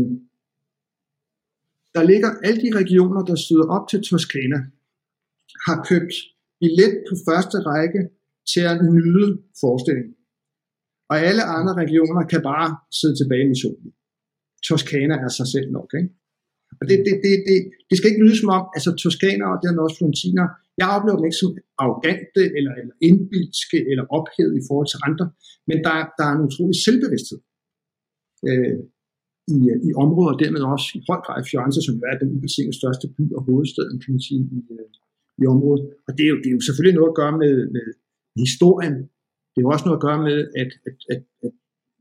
der ligger alle de regioner, der støder op til Toscana, har købt billet på første række til at nyde forestillingen. Og alle andre regioner kan bare sidde tilbage med solen. Toscana er sig selv nok, ikke? Og det, det, det, det, det skal ikke lyde som om, altså Toscana og dermed også Fiorentina, jeg oplever dem ikke som arrogante, eller, eller indbilske, eller ophedet i forhold til andre, men der, der er en utrolig selvbevidsthed øh, i, i områder, og dermed også i høj grad i Firenze, som er den ubetinget største by og hovedstaden, kan man sige, i, i området. Og det er, jo, det er jo selvfølgelig noget at gøre med, med historien. Det er jo også noget at gøre med, at, at, at, at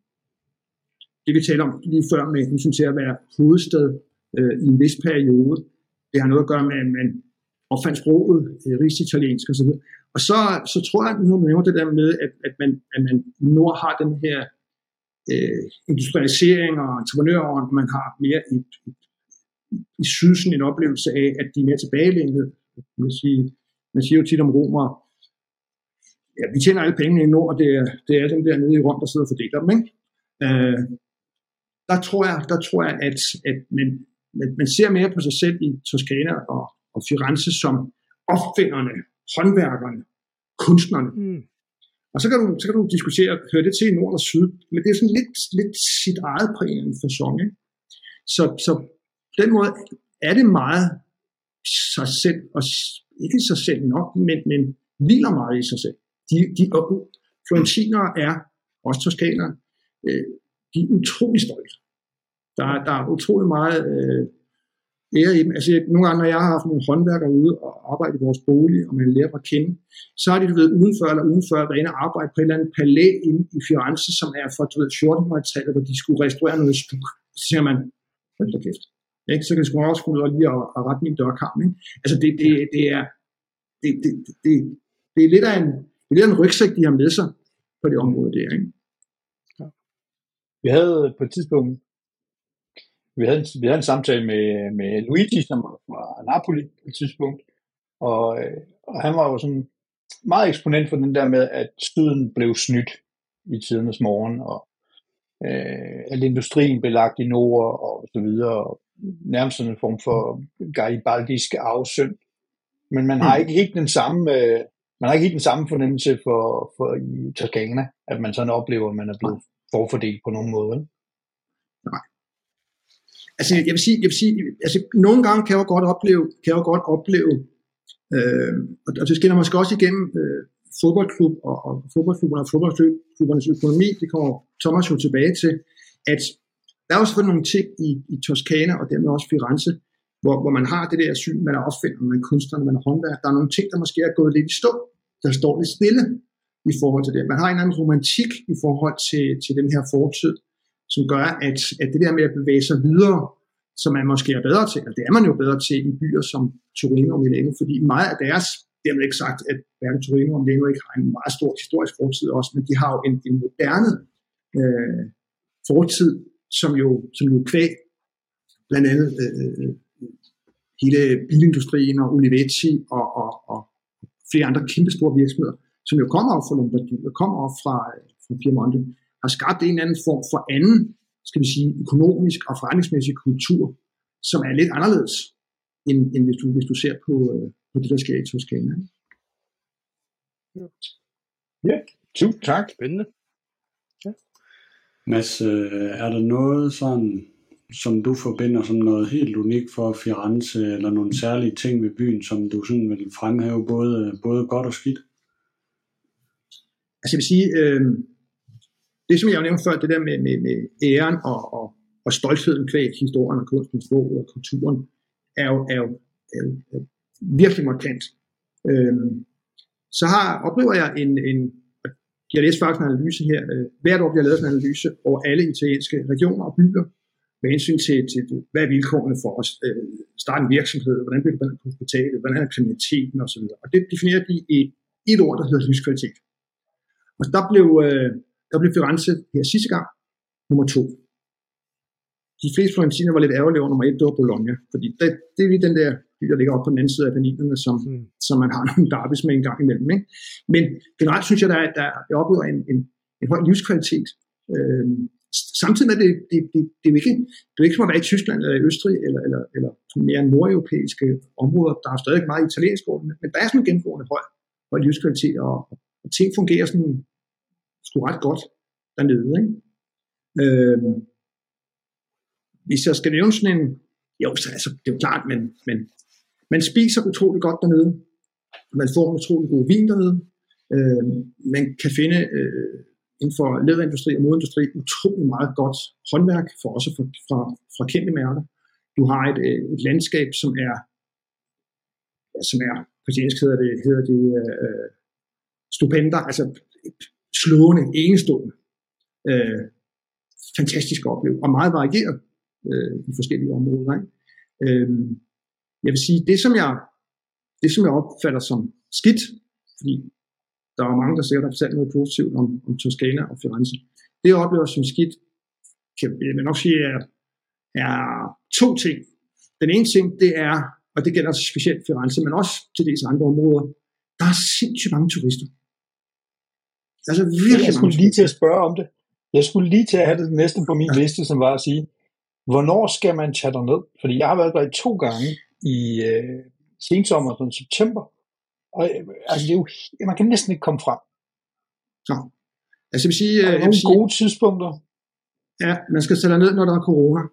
det vi taler om lige før med hensyn til at være hovedstad øh, i en vis periode, det har noget at gøre med, at man opfandt sproget, øh, rigsitaliensk og så videre. Og så, så tror jeg, nu nævner det der med, at, at, man, at man i nord har den her øh, industrialisering og entreprenørånd, man har mere i, i, i syd sådan en oplevelse af, at de er mere tilbagelænede. Man siger, man siger jo tit om romer, ja, vi tjener alle pengene i nord, og det er, det er dem der nede i Rom, der sidder og fordeler dem, ikke? Øh, der tror jeg, der tror jeg at, at man, man ser mere på sig selv i Toscana og, og Firenze som opfinderne, håndværkerne, kunstnerne. Mm. Og så kan, du, så kan du diskutere, hører det til i nord og syd, men det er sådan lidt, lidt sit eget på en eller anden facon, ikke? Så, så på den måde er det meget sig selv, og ikke sig selv nok, men, men hviler meget i sig selv. De, de Florentiner er, også toskanere, øh, de er utrolig stolte. Der, der er utrolig meget øh, ære i dem. Altså, nogle gange, når jeg har haft nogle håndværkere ude og arbejde i vores bolig, og man lærer at kende, så har de du ved, udenfor eller udenfor været inde og arbejde på et eller andet palæ inde i Firenze, som er fra fjortenhundredetallet, hvor de skulle restaurere noget stuk. Så siger man, hold da kæft. Ikke? Så kan de sgu også gå ud og lige og, og rette min dørkarm. Ikke? Altså, det, det, det er det, det, det, det er lidt af en det er lidt af en rygsæk, de har med sig på det område der, ikke? Ja. Vi havde på et tidspunkt, vi havde, vi havde en samtale med, med Luigi, som var fra Napoli på et tidspunkt, og, og han var jo sådan meget eksponent for den der med, at syden blev snydt i tidernes morgen, og øh, at industrien blev lagt i nord, og så videre, og nærmest sådan en form for garibaldisk afsynd. Men man har ikke helt den samme... Øh, Man har ikke helt den samme fornemmelse for, for i Toscana, at man sådan oplever, at man er blevet forfordelt på nogen måde. Nej. Altså, jeg vil sige, jeg vil sige altså, nogle gange kan jeg jo godt opleve, kan jeg jo godt opleve, øh, og det skinner måske også igennem øh, fodboldklub og, og fodboldklubbernes og fodboldklubbernes økonomi, det kommer Thomas jo tilbage til, at der er jo selvfølgelig nogle ting i, i Toscana og dermed også Firenze, Hvor, hvor man har det der syn, man er opfinder, man er kunstner, man er håndværk. Der er nogle ting, der måske er gået lidt i stå, der står lidt stille i forhold til det. Man har en anden romantik i forhold til, til den her fortid, som gør, at, at det der med at bevæge sig videre, som man måske er bedre til, og det er man jo bedre til i byer som Torino og Milano, fordi meget af deres, dermed ikke sagt, at hverken Torino og Milano ikke har en meget stor historisk fortid også, men de har jo en, en moderne øh, fortid, som jo, som jo kvæg, blandt andet øh, hele bilindustrien og Olivetti og, og, og flere andre kæmpe store virksomheder, som jo kommer op fra Lombardiet og kommer op fra, fra Piemonte, har skabt en eller anden form for anden, skal vi sige, økonomisk og forretningsmæssig kultur, som er lidt anderledes, end, end hvis, du, hvis du ser på, på det, der sker i Toscana. Ja, tusind tak. Spændende. Ja. Mads, er der noget sådan, som du forbinder som noget helt unikt for Firenze, eller nogle særlige ting ved byen, som du sådan vil fremhæve, både, både godt og skidt? Altså jeg vil sige, øh, det som jeg jo nævnte før, det der med, med, med æren og, og, og stoltheden kvæg historien og kunsten, sproget og kulturen, er jo, er jo, er jo, er jo virkelig markant. Øh, så har, oplever jeg en, en, Jeg læste faktisk en analyse her. Hvert år bliver lavet en analyse over alle italienske regioner og byer, med hensyn til, til hvad er vilkårene for at øh, starte en virksomhed, hvordan bliver det på hospitalet, hvordan er kriminaliteten osv. Og det definerer de i et ord, der hedder livskvalitet. Og der blev, øh, der blev Firenze her sidste gang nummer to. De fleste florentiner var lidt ærgerlige over nummer et, det var Bologna, fordi det, det er lige den der by, der ligger oppe på den anden side af Penninerne, som, mm. som man har nogle derbys med en gang imellem. Ikke? Men generelt synes jeg, der, der jeg oplever en, en, en høj livskvalitet. Øh, samtidig med det, det, det, det er jo ikke, det er ikke som at være i Tyskland eller i Østrig eller, eller, eller mere nordeuropæiske områder. Der er stadig meget italiensk over, men der er sådan en gennemgående høj, høj livskvalitet, og, og ting fungerer sådan sgu ret godt dernede. Ikke? Øh, Hvis jeg skal nævne sådan en, jo, så altså, det er jo klart, men, men man spiser utrolig godt dernede. Man får en utrolig god vin dernede. Øh, man kan finde øh, inden for læderindustri og modeindustri utrolig meget godt håndværk, for også fra, fra, fra kendte mærker. Du har et, et landskab, som er, ja, som er, på engelsk hedder det, hedder det øh, stupender, altså slående, enestående. Øh, fantastisk at opleve, og meget varieret øh, i forskellige områder. Ikke? Øh, jeg vil sige, det som jeg, det som jeg opfatter som skidt, fordi der er mange, der sikkert har fortalt noget positivt om, om Toscana og Firenze. Det jeg oplever som skidt, kan jeg nok sige, er, er to ting. Den ene ting, det er, og det gælder specielt Firenze, men også til disse andre områder, der er sindssygt mange turister. Altså virkelig jeg skulle lige til at spørge om det. Jeg skulle lige til at have det næste på min liste, som var at sige, hvornår skal man tage derned? Fordi jeg har været der to gange i øh, sensommer, sådan september, og altså, det er jo, man kan næsten ikke komme frem. Så. Altså, jeg vil sige, er der jeg nogle vil sige, gode tidspunkter? Ja, man skal tage ned, når der er corona.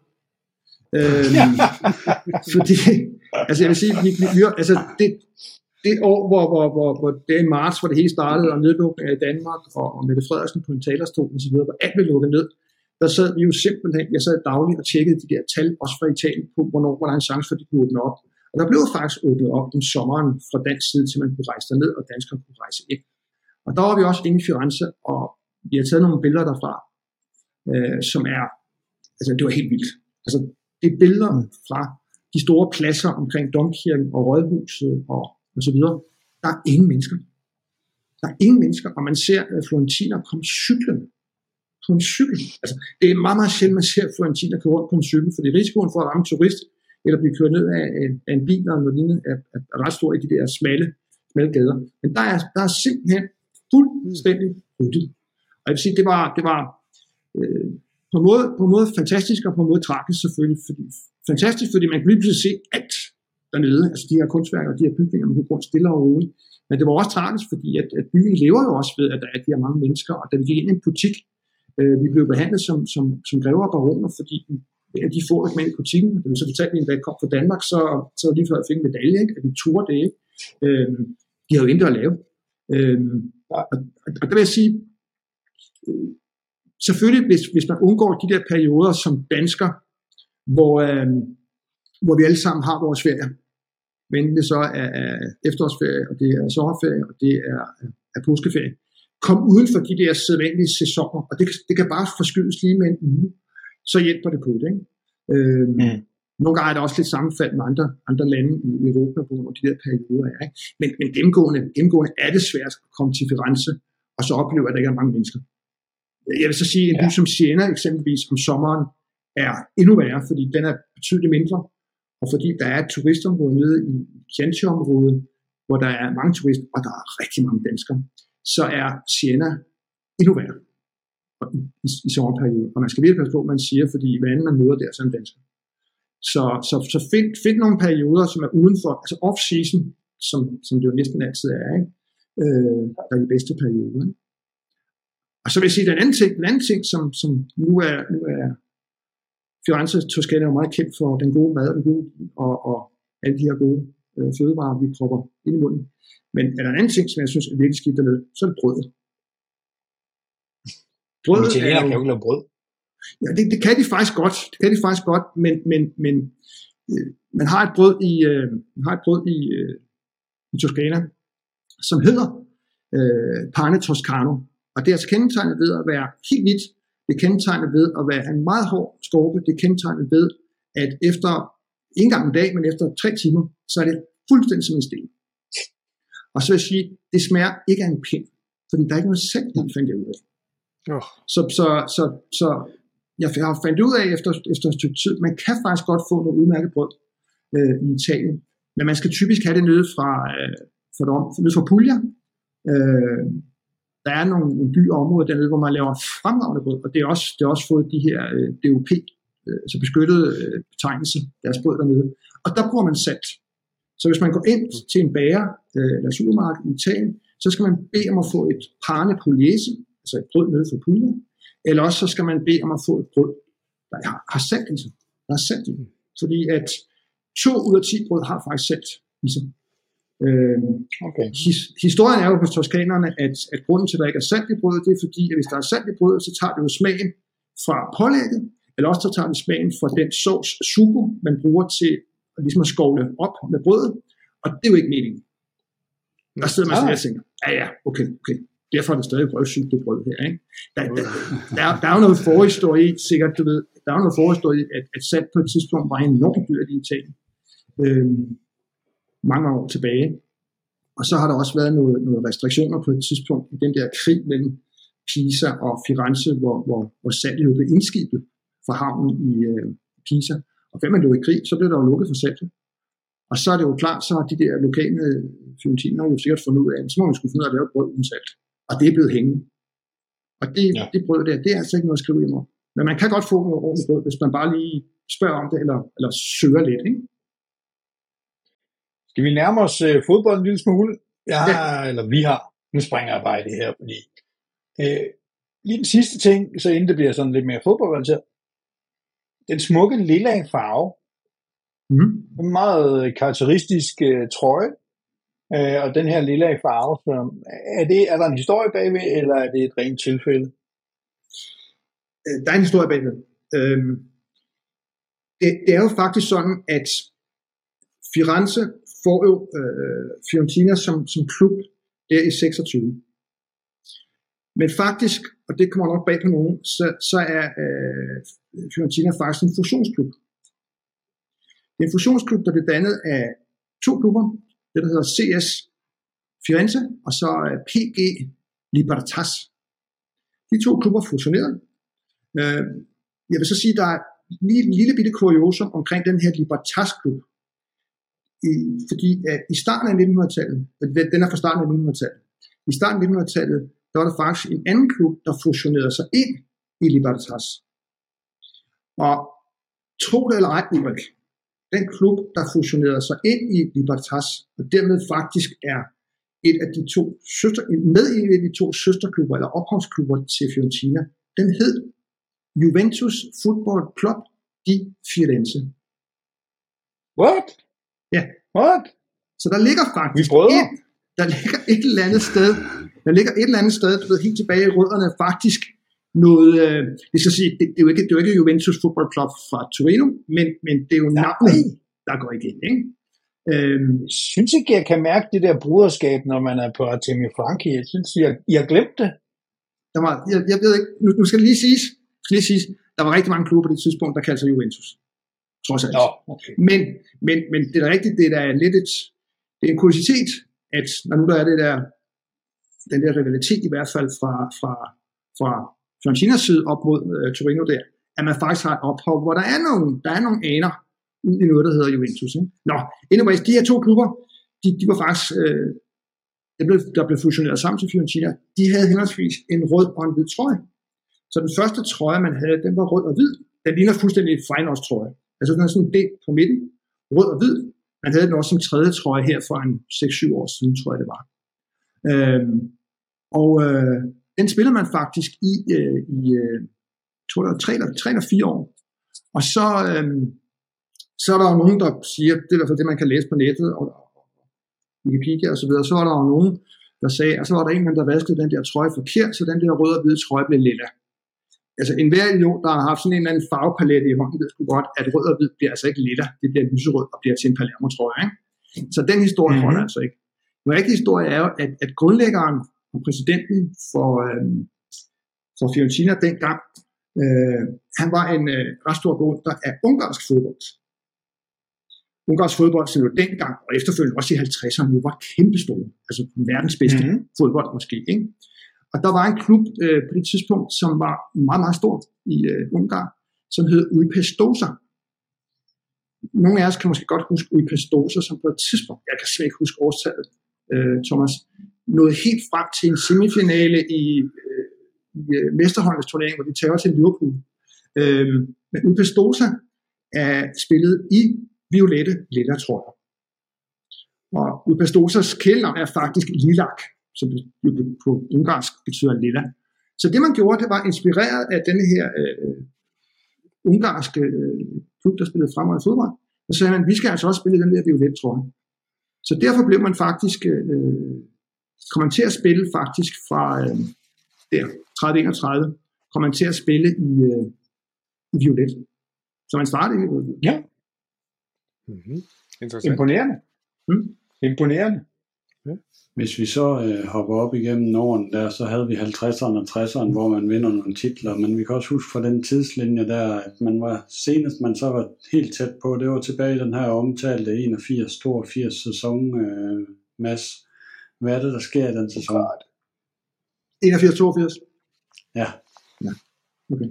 Øhm, fordi, altså jeg vil sige, vi, vi, altså det, det år, hvor, hvor, hvor, hvor det er i marts, hvor det hele startede, og nedlukningen i Danmark, og, og Mette Frederiksen på en talerstol og så videre, hvor alt blev lukket ned, der sad vi jo simpelthen, jeg sad dagligt og tjekkede de der tal, også fra Italien, på hvornår var der en chance for, at de kunne åbne op. Og der blev faktisk åbnet op om sommeren fra dansk side, til man kunne rejse derned, og danskere kunne rejse ind. Og der var vi også inde i Firenze, og vi har taget nogle billeder derfra, øh, som er, altså det var helt vildt. Altså det er billeder fra de store pladser omkring Domkirken og Rådhuset og, og så videre. Der er ingen mennesker. Der er ingen mennesker, og man ser at florentiner komme cyklen på en cykel. Altså, det er meget, meget sjældent, man ser florentiner køre rundt på en cykel, fordi risikoen for at ramme turist eller blive kørt ned af en, af en bil eller noget lignende er, er, er ret stor i de der smalle, smalle gader. Men der er, der er simpelthen fuldstændig ryddet. Og jeg vil sige, det var, det var øh, på, en måde, på en måde fantastisk og på en måde tragisk selvfølgelig. Fordi, fantastisk, fordi man kunne lige pludselig se alt dernede, altså de her kunstværker og de her bygninger, man kunne gå stille og roligt. Men det var også tragisk, fordi at, at byen lever jo også ved, at der er de her mange mennesker, og da vi gik ind i en butik, øh, vi blev behandlet som, som, som grever og baroner, fordi at de får ikke med i butikken. Det var så fortalt, at da jeg kom fra Danmark, så, så lige før jeg fik en medalje, ikke? At vi turde det. Ikke? Øh, de havde jo intet at lave. Øh, og, og, og der vil jeg sige, øh, selvfølgelig, hvis, hvis man undgår de der perioder som dansker, hvor, øh, hvor vi alle sammen har vores ferie, men det så er, er efterårsferie, og det er sommerferie, og det er, er påskeferie, kom uden for de der sædvanlige sæsoner, og det, det kan bare forskydes lige med en uge, så hjælper det på det. Ikke? Øh, mm. Nogle gange er der også lidt sammenfald med andre, andre lande i Europa, på de der perioder er. Ikke? Men, men gennemgående, gennemgående er det svært at komme til Firenze, og så opleve, at der ikke er mange mennesker. Jeg vil så sige, at en by som Siena eksempelvis om sommeren er endnu værre, fordi den er betydeligt mindre, og fordi der er et turistområde nede i Chianti-området, hvor der er mange turister, og der er rigtig mange danskere, så er Siena endnu værre i, i, i sommerperioden. Og man skal virkelig passe på, hvad man siger, fordi hver anden man møder der, så er en dansker. Så, så, så find, find nogle perioder, som er udenfor, altså off-season, som, som det jo næsten altid er, ikke? Øh, der er de bedste perioder. Ikke? Og så vil jeg sige, at den anden ting, den anden ting som, som nu er, nu er Firenze, Toscana er jo meget kendt for den gode mad, den gode, og, og alle de her gode øh, fødevarer, vi propper ind i munden. Men er der en anden ting, som jeg synes er virkelig skidt dernede, så er det brødet. Brødet er jo... kan jo ikke lave brød. Ja, det, det kan de faktisk godt. Det kan de faktisk godt, men, men, men øh, man har et brød i, øh, man har et brød i, øh, i Toscana, som hedder øh, pane toscano. Og det er altså kendetegnet ved at være helt hvidt. Det er kendetegnet ved at være en meget hård skorpe. Det er kendetegnet ved, at efter, ikke engang en dag, men efter tre timer, så er det fuldstændig som en sten. Og så vil jeg sige, det smager ikke af en pind, fordi der er ikke noget salt, der fandt jeg ud af. Oh. Så, så, så, så jeg har fandt ud af efter, efter et stykke tid, man kan faktisk godt få noget udmærket brød øh, i Italien, men man skal typisk have det nede fra, øh, fra, nede fra Puglia. Øh, der er nogle, nogle byer og områder dernede, hvor man laver fremragende brød, og det er også, det er også fået de her øh, D O P, øh, altså beskyttede øh, betegnelse, deres brød dernede. Og der bruger man salt. Så hvis man går ind til en bager øh, eller supermarked i Italien, så skal man bede om at få et pane pugliese, altså et brød nede fra Puglia, eller også så skal man bede om at få et brød, der har, har salt i sig. Der er salt i sig. Fordi at to ud af ti brød har faktisk salt i sig. Øh, okay. his, historien er jo hos toskanerne, at, at grunden til, at der ikke er salt i brødet, det er fordi, at hvis der er salt i brødet, så tager det jo smagen fra pålægget, eller også så tager det smagen fra den sovs sugo, man bruger til at, ligesom at skovle op med brødet, og det er jo ikke meningen. Der sidder man sådan og tænker, ja ja, okay, okay. Derfor er det stadig røvsygt det brød her, ikke? Der, der, der, der er jo noget forhistorie i, sikkert, du ved, der er jo noget forhistorie i, at, at salt på et tidspunkt var enormt dyrt i Italien. Øhm, mange år tilbage. Og så har der også været noget, noget restriktioner på et tidspunkt i den der krig mellem Pisa og Firenze, hvor, hvor, hvor saltet jo blev indskibet fra havnen i øh, Pisa. Og hvem man lå i krig, så blev der jo lukket for saltet. Og så er det jo klart, så har de der lokale fiorentiner jo sikkert fundet ud af, så må man skulle finde ud af at lave et brød uden salt. Og det er blevet hængende. Og det, ja. det brød der, det er altså ikke noget at skrive hjem om. Men man kan godt få noget ordentligt brød, hvis man bare lige spørger om det, eller, eller søger lidt, ikke? Skal vi nærme os uh, fodbold en lille smule? Jeg har, ja. Eller vi har. Nu springer jeg bare i det her, fordi øh, lige den sidste ting, så inden det bliver sådan lidt mere fodboldorienteret. Den smukke lilla farve, mm. en meget karakteristisk uh, trøje, uh, og den her lilla farve, så er, det, er der en historie bagved, eller er det et rent tilfælde? Der er en historie bagved. Øhm, det, det er jo faktisk sådan, at Firenze får jo øh, Fiorentina som, som klub der i seksogtyve. Men faktisk, og det kommer nok bag på nogen, så, så er øh, Fiorentina faktisk en fusionsklub. Det er en fusionsklub, der blev dannet af to klubber, det der hedder C S Firenze, og så P G Libertas. De to klubber fusionerede. Øh, jeg vil så sige, der er en lille bitte kuriosum omkring den her Libertas-klub. I, fordi at i starten af nittenhundredetallet, den er fra starten af nittenhundredetallet, i starten af nittenhundredetallet, der var der faktisk en anden klub, der fusionerede sig ind i Libertas. Og tro det eller ej, Ulrik, den klub, der fusionerede sig ind i Libertas, og dermed faktisk er et af de to søster, med i en af de to søsterklubber, eller ophavsklubber til Fiorentina, den hed Juventus Football Club di Firenze. What? Ja. What? Så der ligger faktisk et, der ligger et eller andet sted, der ligger et eller andet sted, du ved, helt tilbage i rødderne, faktisk noget, øh, det skal sige, det, det, er jo ikke, det er jo ikke Juventus Football Club fra Torino, men, men det er jo navnet, der går igen, ikke? Øhm, jeg synes ikke, jeg kan mærke det der bruderskab, når man er på Artemio Franchi. Jeg synes, jeg, jeg har glemt det. Der var, jeg, jeg ved ikke, nu, nu skal det lige siges, skal lige siges, der var rigtig mange klubber på det tidspunkt, der kaldte sig Juventus. Trods alt. Nå, okay. Men, men, men det er rigtigt, det er lidt et, det er en kuriositet, at når nu der er det der, den der rivalitet i hvert fald fra, fra, fra Fiorentinas side op mod uh, Torino der, at man faktisk har et ophav, hvor der er nogle, der er nogle aner ud i noget, der hedder Juventus. Ikke? Nå, anyways, de her to klubber, de, de var faktisk, øh, der, blev, der blev fusioneret sammen til Fiorentina, de havde henholdsvis en rød og en hvid trøje. Så den første trøje, man havde, den var rød og hvid. Den ligner fuldstændig en Feyenoords trøje. Altså den er sådan en del på midten, rød og hvid. Man havde den også som tredje trøje her for en seks syv år siden, tror jeg det var. Øhm, og øh, den spiller man faktisk i, øh, i øh, tror jeg, tre, eller, tre eller fire år. Og så, øh, så er der jo nogen, der siger, det er i hvert fald det, man kan læse på nettet, og Wikipedia og så videre, så er der jo nogen, der sagde, og så var der en, der vaskede den der trøje forkert, så den der røde og hvide trøje blev lilla. Altså enhver idiot, der har haft sådan en eller anden farvepalette i hånden, ved sgu godt, at rød og hvid bliver altså ikke lilla, det bliver lyserød og bliver til en Palermo-trøje. Ikke? Så den historie mm-hmm. holder altså ikke. Den rigtige historie er jo, at, at grundlæggeren og præsidenten for, øh, for Fiorentina dengang, øh, han var en øh, ret stor beundrer af ungarsk fodbold. Ungarsk fodbold, som jo dengang, og efterfølgende også i halvtredserne, jo var kæmpestor. Altså verdens bedste mm-hmm. fodbold måske. Ikke? Og der var en klub øh, på det tidspunkt, som var meget, meget stor i øh, Ungarn, som hed Újpest-Dózsa. Nogle af os kan måske godt huske Újpest-Dózsa, som på et tidspunkt, jeg kan slet ikke huske årstallet, øh, Thomas, nåede helt frem til en semifinale i, øh, i øh, mesterholdsturnering, hvor de tager til Liverpool. Øh, men Újpest-Dózsa er spillet i violette lilla trøjer. Og Újpest-Dózzas kælenavn er faktisk Lilac, som på ungarsk betyder lilla. Så det man gjorde, det var inspireret af denne her øh, ungarske øh, klub, der spillede fremad i fodbold. Og så sagde man, vi skal altså også spille den der violet trøje. Så derfor blev man faktisk, øh, kom man til at spille faktisk fra øh, der, tredive enogtredive, kom man til at spille i, øh, i violet. Så man startede i violet. Ja. Mm-hmm. Imponerende. Mm. Imponerende. Ja. Hvis vi så øh, hopper op igennem årene der, så havde vi halvtredserne og tresserne, hvor man vinder nogle titler, men vi kan også huske fra den tidslinje der, at man var senest man så var helt tæt på, det var tilbage i den her omtalte enogfirs toogfirs sæson, øh, Mads. Hvad er det, der sker i den sæson? enogfirs toogfirs Ja. Ja, okay.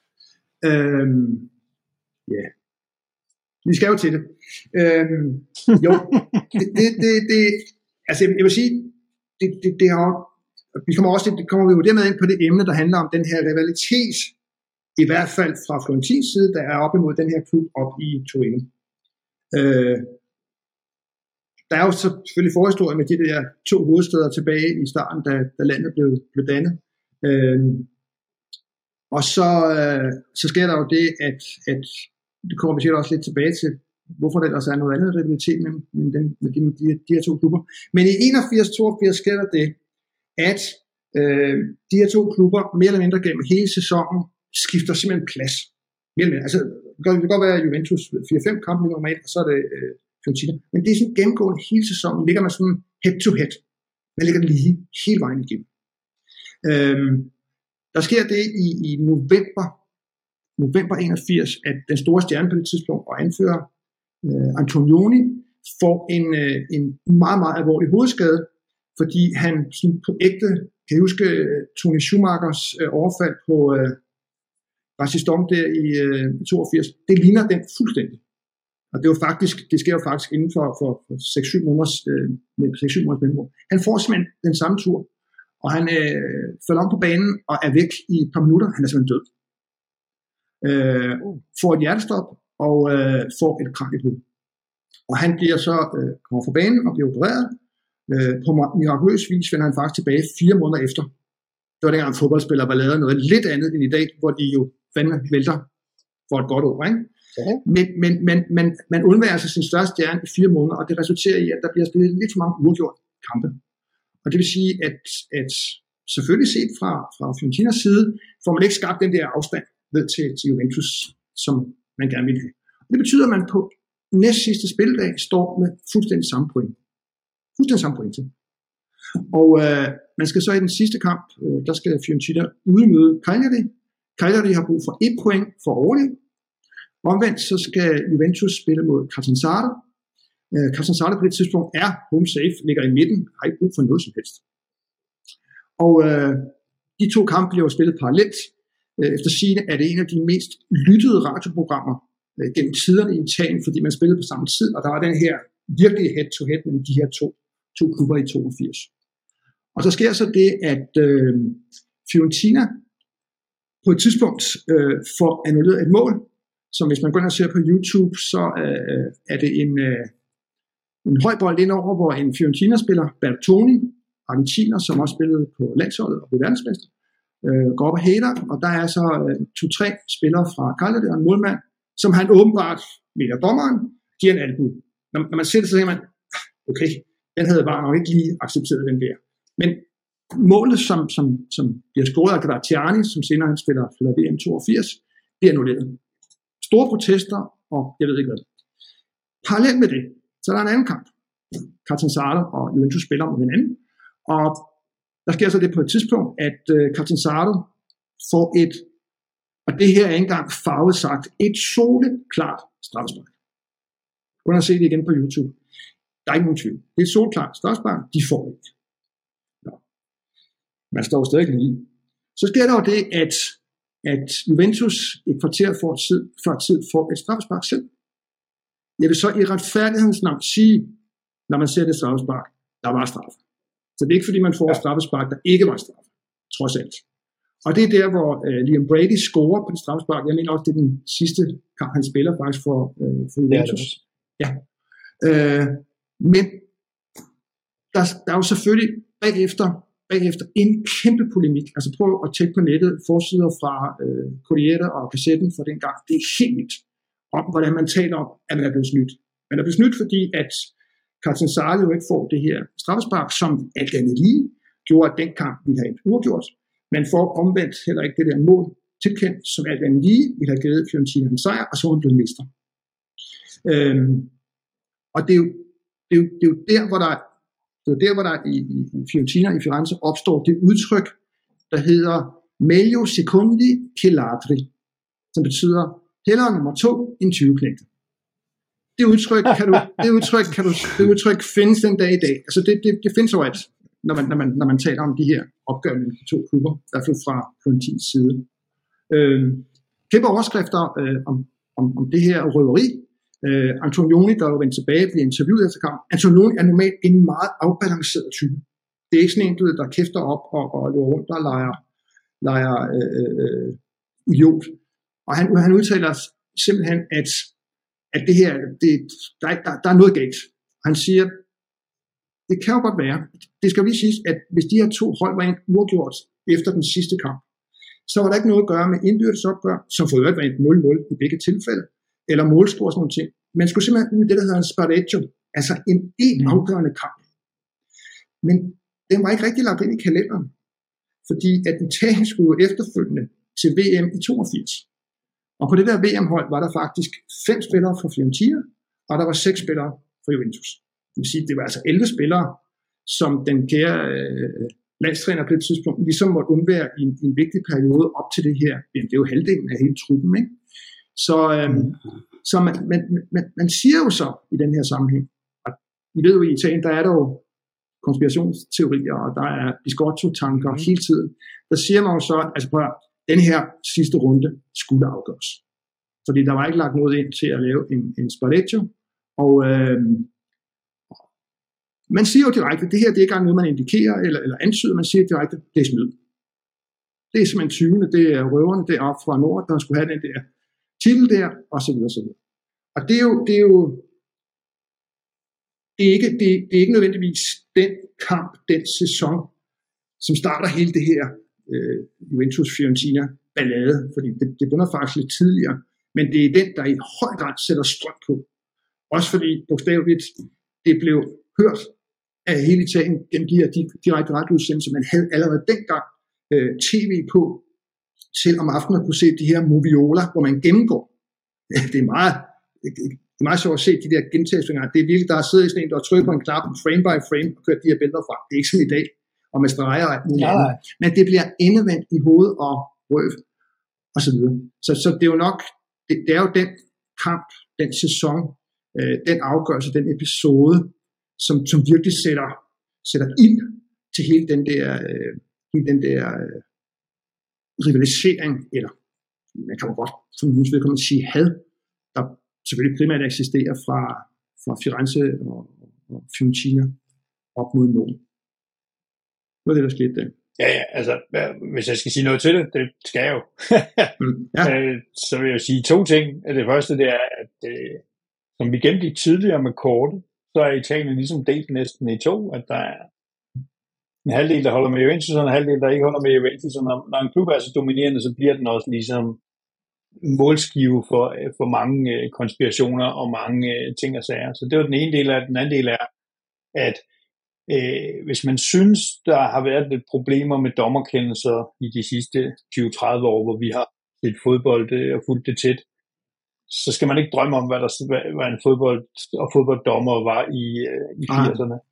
Øhm, ja. Yeah. Vi skal jo til det. Øhm, jo, det, det, det, det, altså jeg vil sige, det, det, det har, vi kommer også, det kommer vi jo dermed ind på det emne, der handler om den her rivalitet, i hvert fald fra Florentins side, der er op imod den her klub op i Torino. Øh, der er jo selvfølgelig forhistorie med de der to hovedsteder tilbage i starten, da, da landet blev, blev dannet. Øh, og så, øh, så sker der jo det, at, at det kommer vi sikkert også lidt tilbage til, hvorfor der ellers er noget andet rivalitet mellem, mellem den, med de, de, de her to klubber. Men i enogfirs toogfirs sker der det, at øh, de her to klubber mere eller mindre gennem hele sæsonen skifter simpelthen plads. Mere eller mindre. Altså, det kan godt være Juventus fire fem kampe normalt, og så er det øh, Fiorentina. Men det er sådan gennemgående hele sæsonen, ligger man sådan head to head. Man ligger lige hele vejen igennem. Øh, der sker det i, i november november enogfirs, at den store stjerne på det tidspunkt og anfører øh, Antonioni får en, øh, en meget, meget alvorlig hovedskade, fordi han sådan på ægte, kan I huske Tony Schumachers øh, overfald på øh, Racistom der i øh, toogfirs, det ligner den fuldstændig. Og det er jo faktisk, det sker jo faktisk inden for, for, for seks syv måneders øh, med seks syv måneders mellemrum. Han får simpelthen den samme tur, og han øh, falder om på banen og er væk i et par minutter. Han er simpelthen død. Øh, får et hjertestop og øh, får et krak i hovedet. Og han bliver så øh, kommer fra banen og bliver opereret. Øh, på mirakuløs vis vender han faktisk tilbage fire måneder efter. Det var dengang fodboldspillere var lavet noget lidt andet end i dag, hvor de jo fandme vælter for et godt år. Ikke? Okay. Men, men, men, men man undværer sig sin største stjerne i fire måneder, og det resulterer i, at der bliver spillet lidt for mange uafgjorte kampe. Og det vil sige, at, at selvfølgelig set fra, fra Fiorentinas side, får man ikke skabt den der afstand ned til, til Juventus, som man gerne vil have. Og det betyder, at man på næst sidste spilledag står med fuldstændig samme point. Fuldstændig samme point til. Og øh, man skal så i den sidste kamp, øh, der skal Fiorentina udmøde Cagliari. Cagliari har brug for et point for at overleve. Omvendt så skal Juventus spille mod Catanzaro. Øh, Catanzaro på det tidspunkt er home safe, ligger i midten, har ikke brug for noget som helst. Og øh, de to kampe bliver spillet parallelt. Efter sigende er det en af de mest lyttede radioprogrammer øh, gennem tiderne i Italien, fordi man spillede på samme tid, og der var den her virkelig head-to-head mellem de her to, to klubber i toogfirs. Og så sker så det, at øh, Fiorentina på et tidspunkt øh, får annulleret et mål, som hvis man går ind og ser på YouTube, så øh, er det en, øh, en høj bold indover, hvor en Fiorentina-spiller, Bertoni, argentiner, som også spillede på landsholdet og blev verdensmester, øh, går op og hater, og der er så øh, to-tre spillere fra Cagliari og en målmand, som han åbenbart, mener dommeren, giver en albu. Når, når man ser det, så tænker man, okay, den havde bare nok ikke lige accepteret den der. Men målet, som, som, som bliver scoret af Graziani, som senere han spiller, spiller V M toogfirs, bliver annulleret. Store protester, og jeg ved ikke hvad. Parallelt med det, så er der en anden kamp. Catanzaro og Juventus spiller mod hinanden, og der sker så det på et tidspunkt, at øh, Catanzaro får et, og det her er ikke engang farvet sagt, et soleklart straffespark. Kun at se det igen på YouTube. Der er ikke nogen tvivl. Det er et soleklart straffespark, de får ikke. Ja. Man står stadig lige. Så sker der jo det, at, at Juventus et kvarter for tid, før tid får et straffespark selv. Jeg vil så i retfærdighedens navn sige, når man ser det straffespark, der var straf. Så det er ikke fordi, man får et straffespark, der ikke var straf. Trods alt. Og det er der, hvor uh, Liam Brady scorer på det straffespark. Jeg mener også, det er den sidste kamp, han spiller faktisk for, uh, for Juventus. Ja. Uh, men der, der er jo selvfølgelig bagefter, bagefter en kæmpe polemik. Altså prøv at tjekke på nettet forsider fra uh, Corriere og Kassetten for den gang. Det er helt vildt om, hvordan man taler om, at man er blevet snydt. Man er blevet snydt, fordi at Catanzaro jo ikke får det her straffespark, som alt andet lige gjorde, at den kamp ville have et uafgjort. Man får omvendt heller ikke det der mål tilkendt, som alt andet lige ville have givet Fiorentina en sejr, og så er hun blevet mester. Øhm, og det er, jo, det, er jo, det er jo der, hvor der, det er jo der, hvor der i, i, i Fiorentina, i Firenze, opstår det udtryk, der hedder meglio secondi che ladri, som betyder hellere nummer to end tyve-knægte. Det udtryk, kan du, det udtryk, kan du, det udtryk findes den dag i dag. Altså det, det, det findes overalt, når man, når, man, når man taler om de her opgør mellem de to klubber, i hvert fald fra Fiorentins side. Øh, kæmpe overskrifter øh, om, om, om det her røveri. Øh, Antonioni, der er jo vendt tilbage, bliver interviewet efter kamp. Antonioni er normalt en meget afbalanceret type. Det er ikke sådan en, der kæfter op og, og løber rundt og leger, leger øh, øh, idiot. Og han, han udtaler simpelthen, at at det her, det, der, der, der er noget galt. Han siger, det kan jo godt være, det skal lige siges, at hvis de her to hold var en uafgjort efter den sidste kamp, så var der ikke noget at gøre med indbyrdes opgør, som for øvrigt var et nul nul i begge tilfælde, eller målscore og sådan nogle ting. Man skulle simpelthen ud i det, der hedder en spareggio, altså en en afgørende kamp. Men den var ikke rigtig lagt ind i kalenderen, fordi at den tag skulle efterfølgende til V M i toogfirs. Og på det der V M-hold var der faktisk fem spillere fra Fiorentina, og der var seks spillere fra Juventus. Det vil sige, det var altså elleve spillere, som den kære øh, landstræner på det tidspunkt ligesom måtte undvære i en, i en vigtig periode op til det her. Det er jo halvdelen af hele truppen, ikke? Så, øh, så man, man, man, man siger jo så i den her sammenhæng, og I ved jo i Italien, der er der jo konspirationsteorier, og der er biscotto-tanker hele tiden. Der siger man jo så, altså prøv at den her sidste runde skulle afgøres. Fordi der var ikke lagt noget ind til at lave en, en spareggio. Og øh, man siger jo direkte, det her det er ikke engang noget, man indikerer eller, eller antyder, man siger direkte, det er snyd. Det er simpelthen tyvende, det er røverne deroppe fra nord, der skulle have den der titel der, og så videre, så videre. Og det er jo, det er jo det er ikke, det, det er ikke nødvendigvis den kamp, den sæson, som starter hele det her Uh, Juventus-Fiorentina ballade, fordi det, det begynder faktisk lidt tidligere, men det er den, der i høj grad sætter strøm på. Også fordi, bogstaveligt, det blev hørt af hele Italien gennem de her direkte radioudsendelser, man havde allerede dengang uh, tv på, til om aftenen at kunne se de her moviola, hvor man gennemgår. Det er meget, det er meget sjovt at se de der gentagelser. Det er virkelig, der har siddet i sådan en, der trykker på en knap, frame by frame, og kørt de her billeder fra. Det er ikke som i dag, og med streger og alt muligt andet. Men det bliver endevendt i hovedet og røv, og så videre. Så, så det er jo nok, det, det er jo den kamp, den sæson, øh, den afgørelse, den episode, som, som virkelig sætter, sætter ild til hele den der, øh, hele den der øh, rivalisering, eller man kan jo godt, som nu vil komme sige, had, der selvfølgelig primært eksisterer fra, fra Firenze og, og Fiorentina op mod Norden. Hvad er det, der skete der? Ja, ja, altså, hvis jeg skal sige noget til det, det skal jeg jo. ja. Så vil jeg sige to ting. Det første, det er, at øh, som vi gennemgik tidligere med kortet, så er Italien ligesom delt næsten i to, at der er en halvdel, der holder med Juventus, og en halvdel, der ikke holder med Juventus. Og når, når en klub er så dominerende, så bliver den også ligesom målskive for, for mange øh, konspirationer og mange øh, ting og sager. Så det var den ene del af det. Den anden del er, at Øh, hvis man synes, der har været lidt problemer med dommerkendelser i de sidste tyve til tredive år, hvor vi har set fodbold øh, og fulgt det tæt, så skal man ikke drømme om, hvad der hvad en fodbold og fodbolddommer var i, øh, i firserne.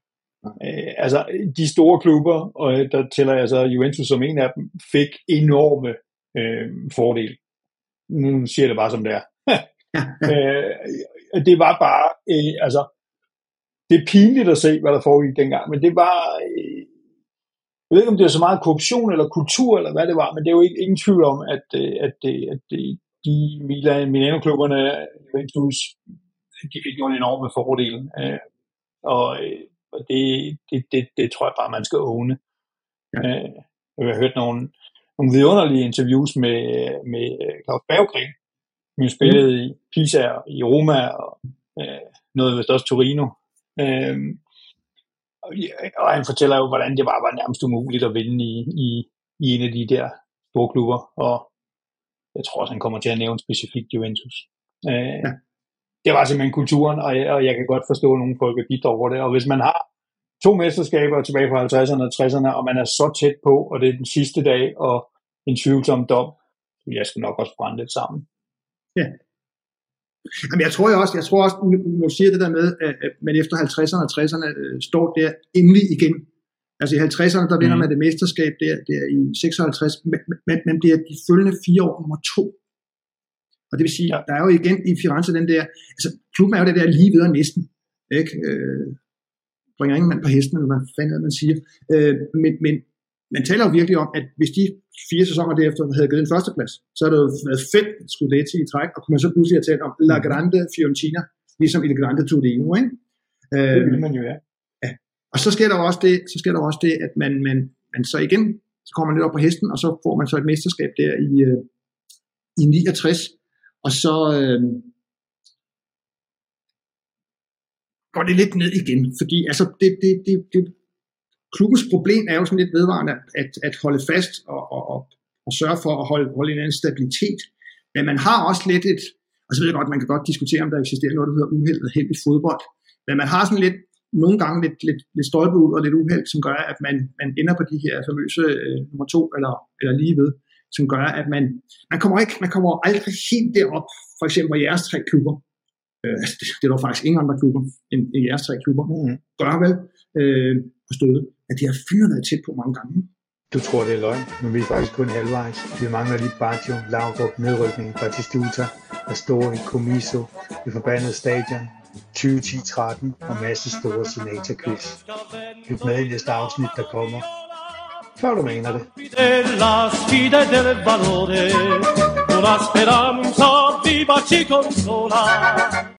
Øh, altså, de store klubber, og der tæller jeg så Juventus som en af dem, fik enorme øh, fordele. Nu siger jeg det bare som det er. øh, det var bare, øh, altså, det er pinligt at se, hvad der foregik dengang, men det var, øh, jeg ved ikke, om det var så meget korruption eller kultur, eller hvad det var, men det er jo ikke ingen tvivl om, at, øh, at, øh, at de Milan, Milano-klubberne, Juventus, de fik jo en enorme fordel, øh, og øh, det, det, det, det tror jeg bare, man skal åbne. Ja. Øh, jeg har hørt nogle, nogle vidunderlige interviews med, med Claus Berggren, som spillede mm. i Pisa og i Roma, og øh, noget vist også Torino. Øh, og, og han fortæller jo, hvordan det bare var nærmest umuligt at vinde i, i, i en af de der store klubber, og jeg tror også, han kommer til at nævne specifikt Juventus. Øh, ja. Det var simpelthen kulturen, og jeg, og jeg kan godt forstå, at nogle folk er bidt over det. Og hvis man har to mesterskaber tilbage fra halvtredserne og tresserne, og man er så tæt på, og det er den sidste dag, og en tvivlsom dom, så jeg skal nok også brænde lidt sammen. Ja. Jamen, jeg tror jo også, jeg tror også, nu siger det der med, at man efter halvtredserne og tresserne øh, står der endelig igen. Altså i halvtredserne, der vinder mm. man det mesterskab der, der i seksoghalvtreds, men man, man bliver de følgende fire år nummer to. Og det vil sige, ja. Der er jo igen i Firenze den der, altså klubben er jo det der lige videre næsten, ikke? Øh, bringer ingen mand på hesten, eller hvad fanden man siger. Øh, men, men man taler jo virkelig om, at hvis de fire sæsoner derefter havde givet en førsteplads, så er der jo været fem Scudetti i træk, og kunne man så pludselig have talt om La Grande Fiorentina, ligesom i La Grande Torino, ikke? Øh, det vil man jo, ja. ja. Og så sker der også det, så sker der også det, at man, man, man så igen, så kommer man lidt op på hesten, og så får man så et mesterskab der i, øh, i niogtres, og så øh, går det lidt ned igen, fordi altså det, det, det, det klubbens problem er jo sådan lidt vedvarende at, at holde fast og, og, og, og sørge for at holde, holde en anden stabilitet. Men man har også lidt et, og så ved jeg godt, man kan godt diskutere, om der eksisterer noget, der hedder uheld og held i fodbold, men man har sådan lidt, nogle gange lidt, lidt, lidt stolpe ud og lidt uheld, som gør, at man, man ender på de her famøse øh, nummer to eller, eller lige ved, som gør, at man, man kommer ikke, man kommer aldrig helt derop, for eksempel hvor jeres tre klubber, øh, altså det, det er dog faktisk ingen andre klubber end, end jeres tre klubber, mm. gør vel, øh, på støde, at de har fyret været tæt på mange gange. Du tror, det er løgn, men vi er faktisk kun halvvejs. Vi mangler lige Baggio, Laudrup, nedrykning, Batistuta, Astori, Comiso, det forbandede stadion, tyve ti tretten og masse store Sinatra-quiz. Lyt med i næste afsnit, der kommer. Før du mener det. La sfida del valore, una speranza viva ci consola.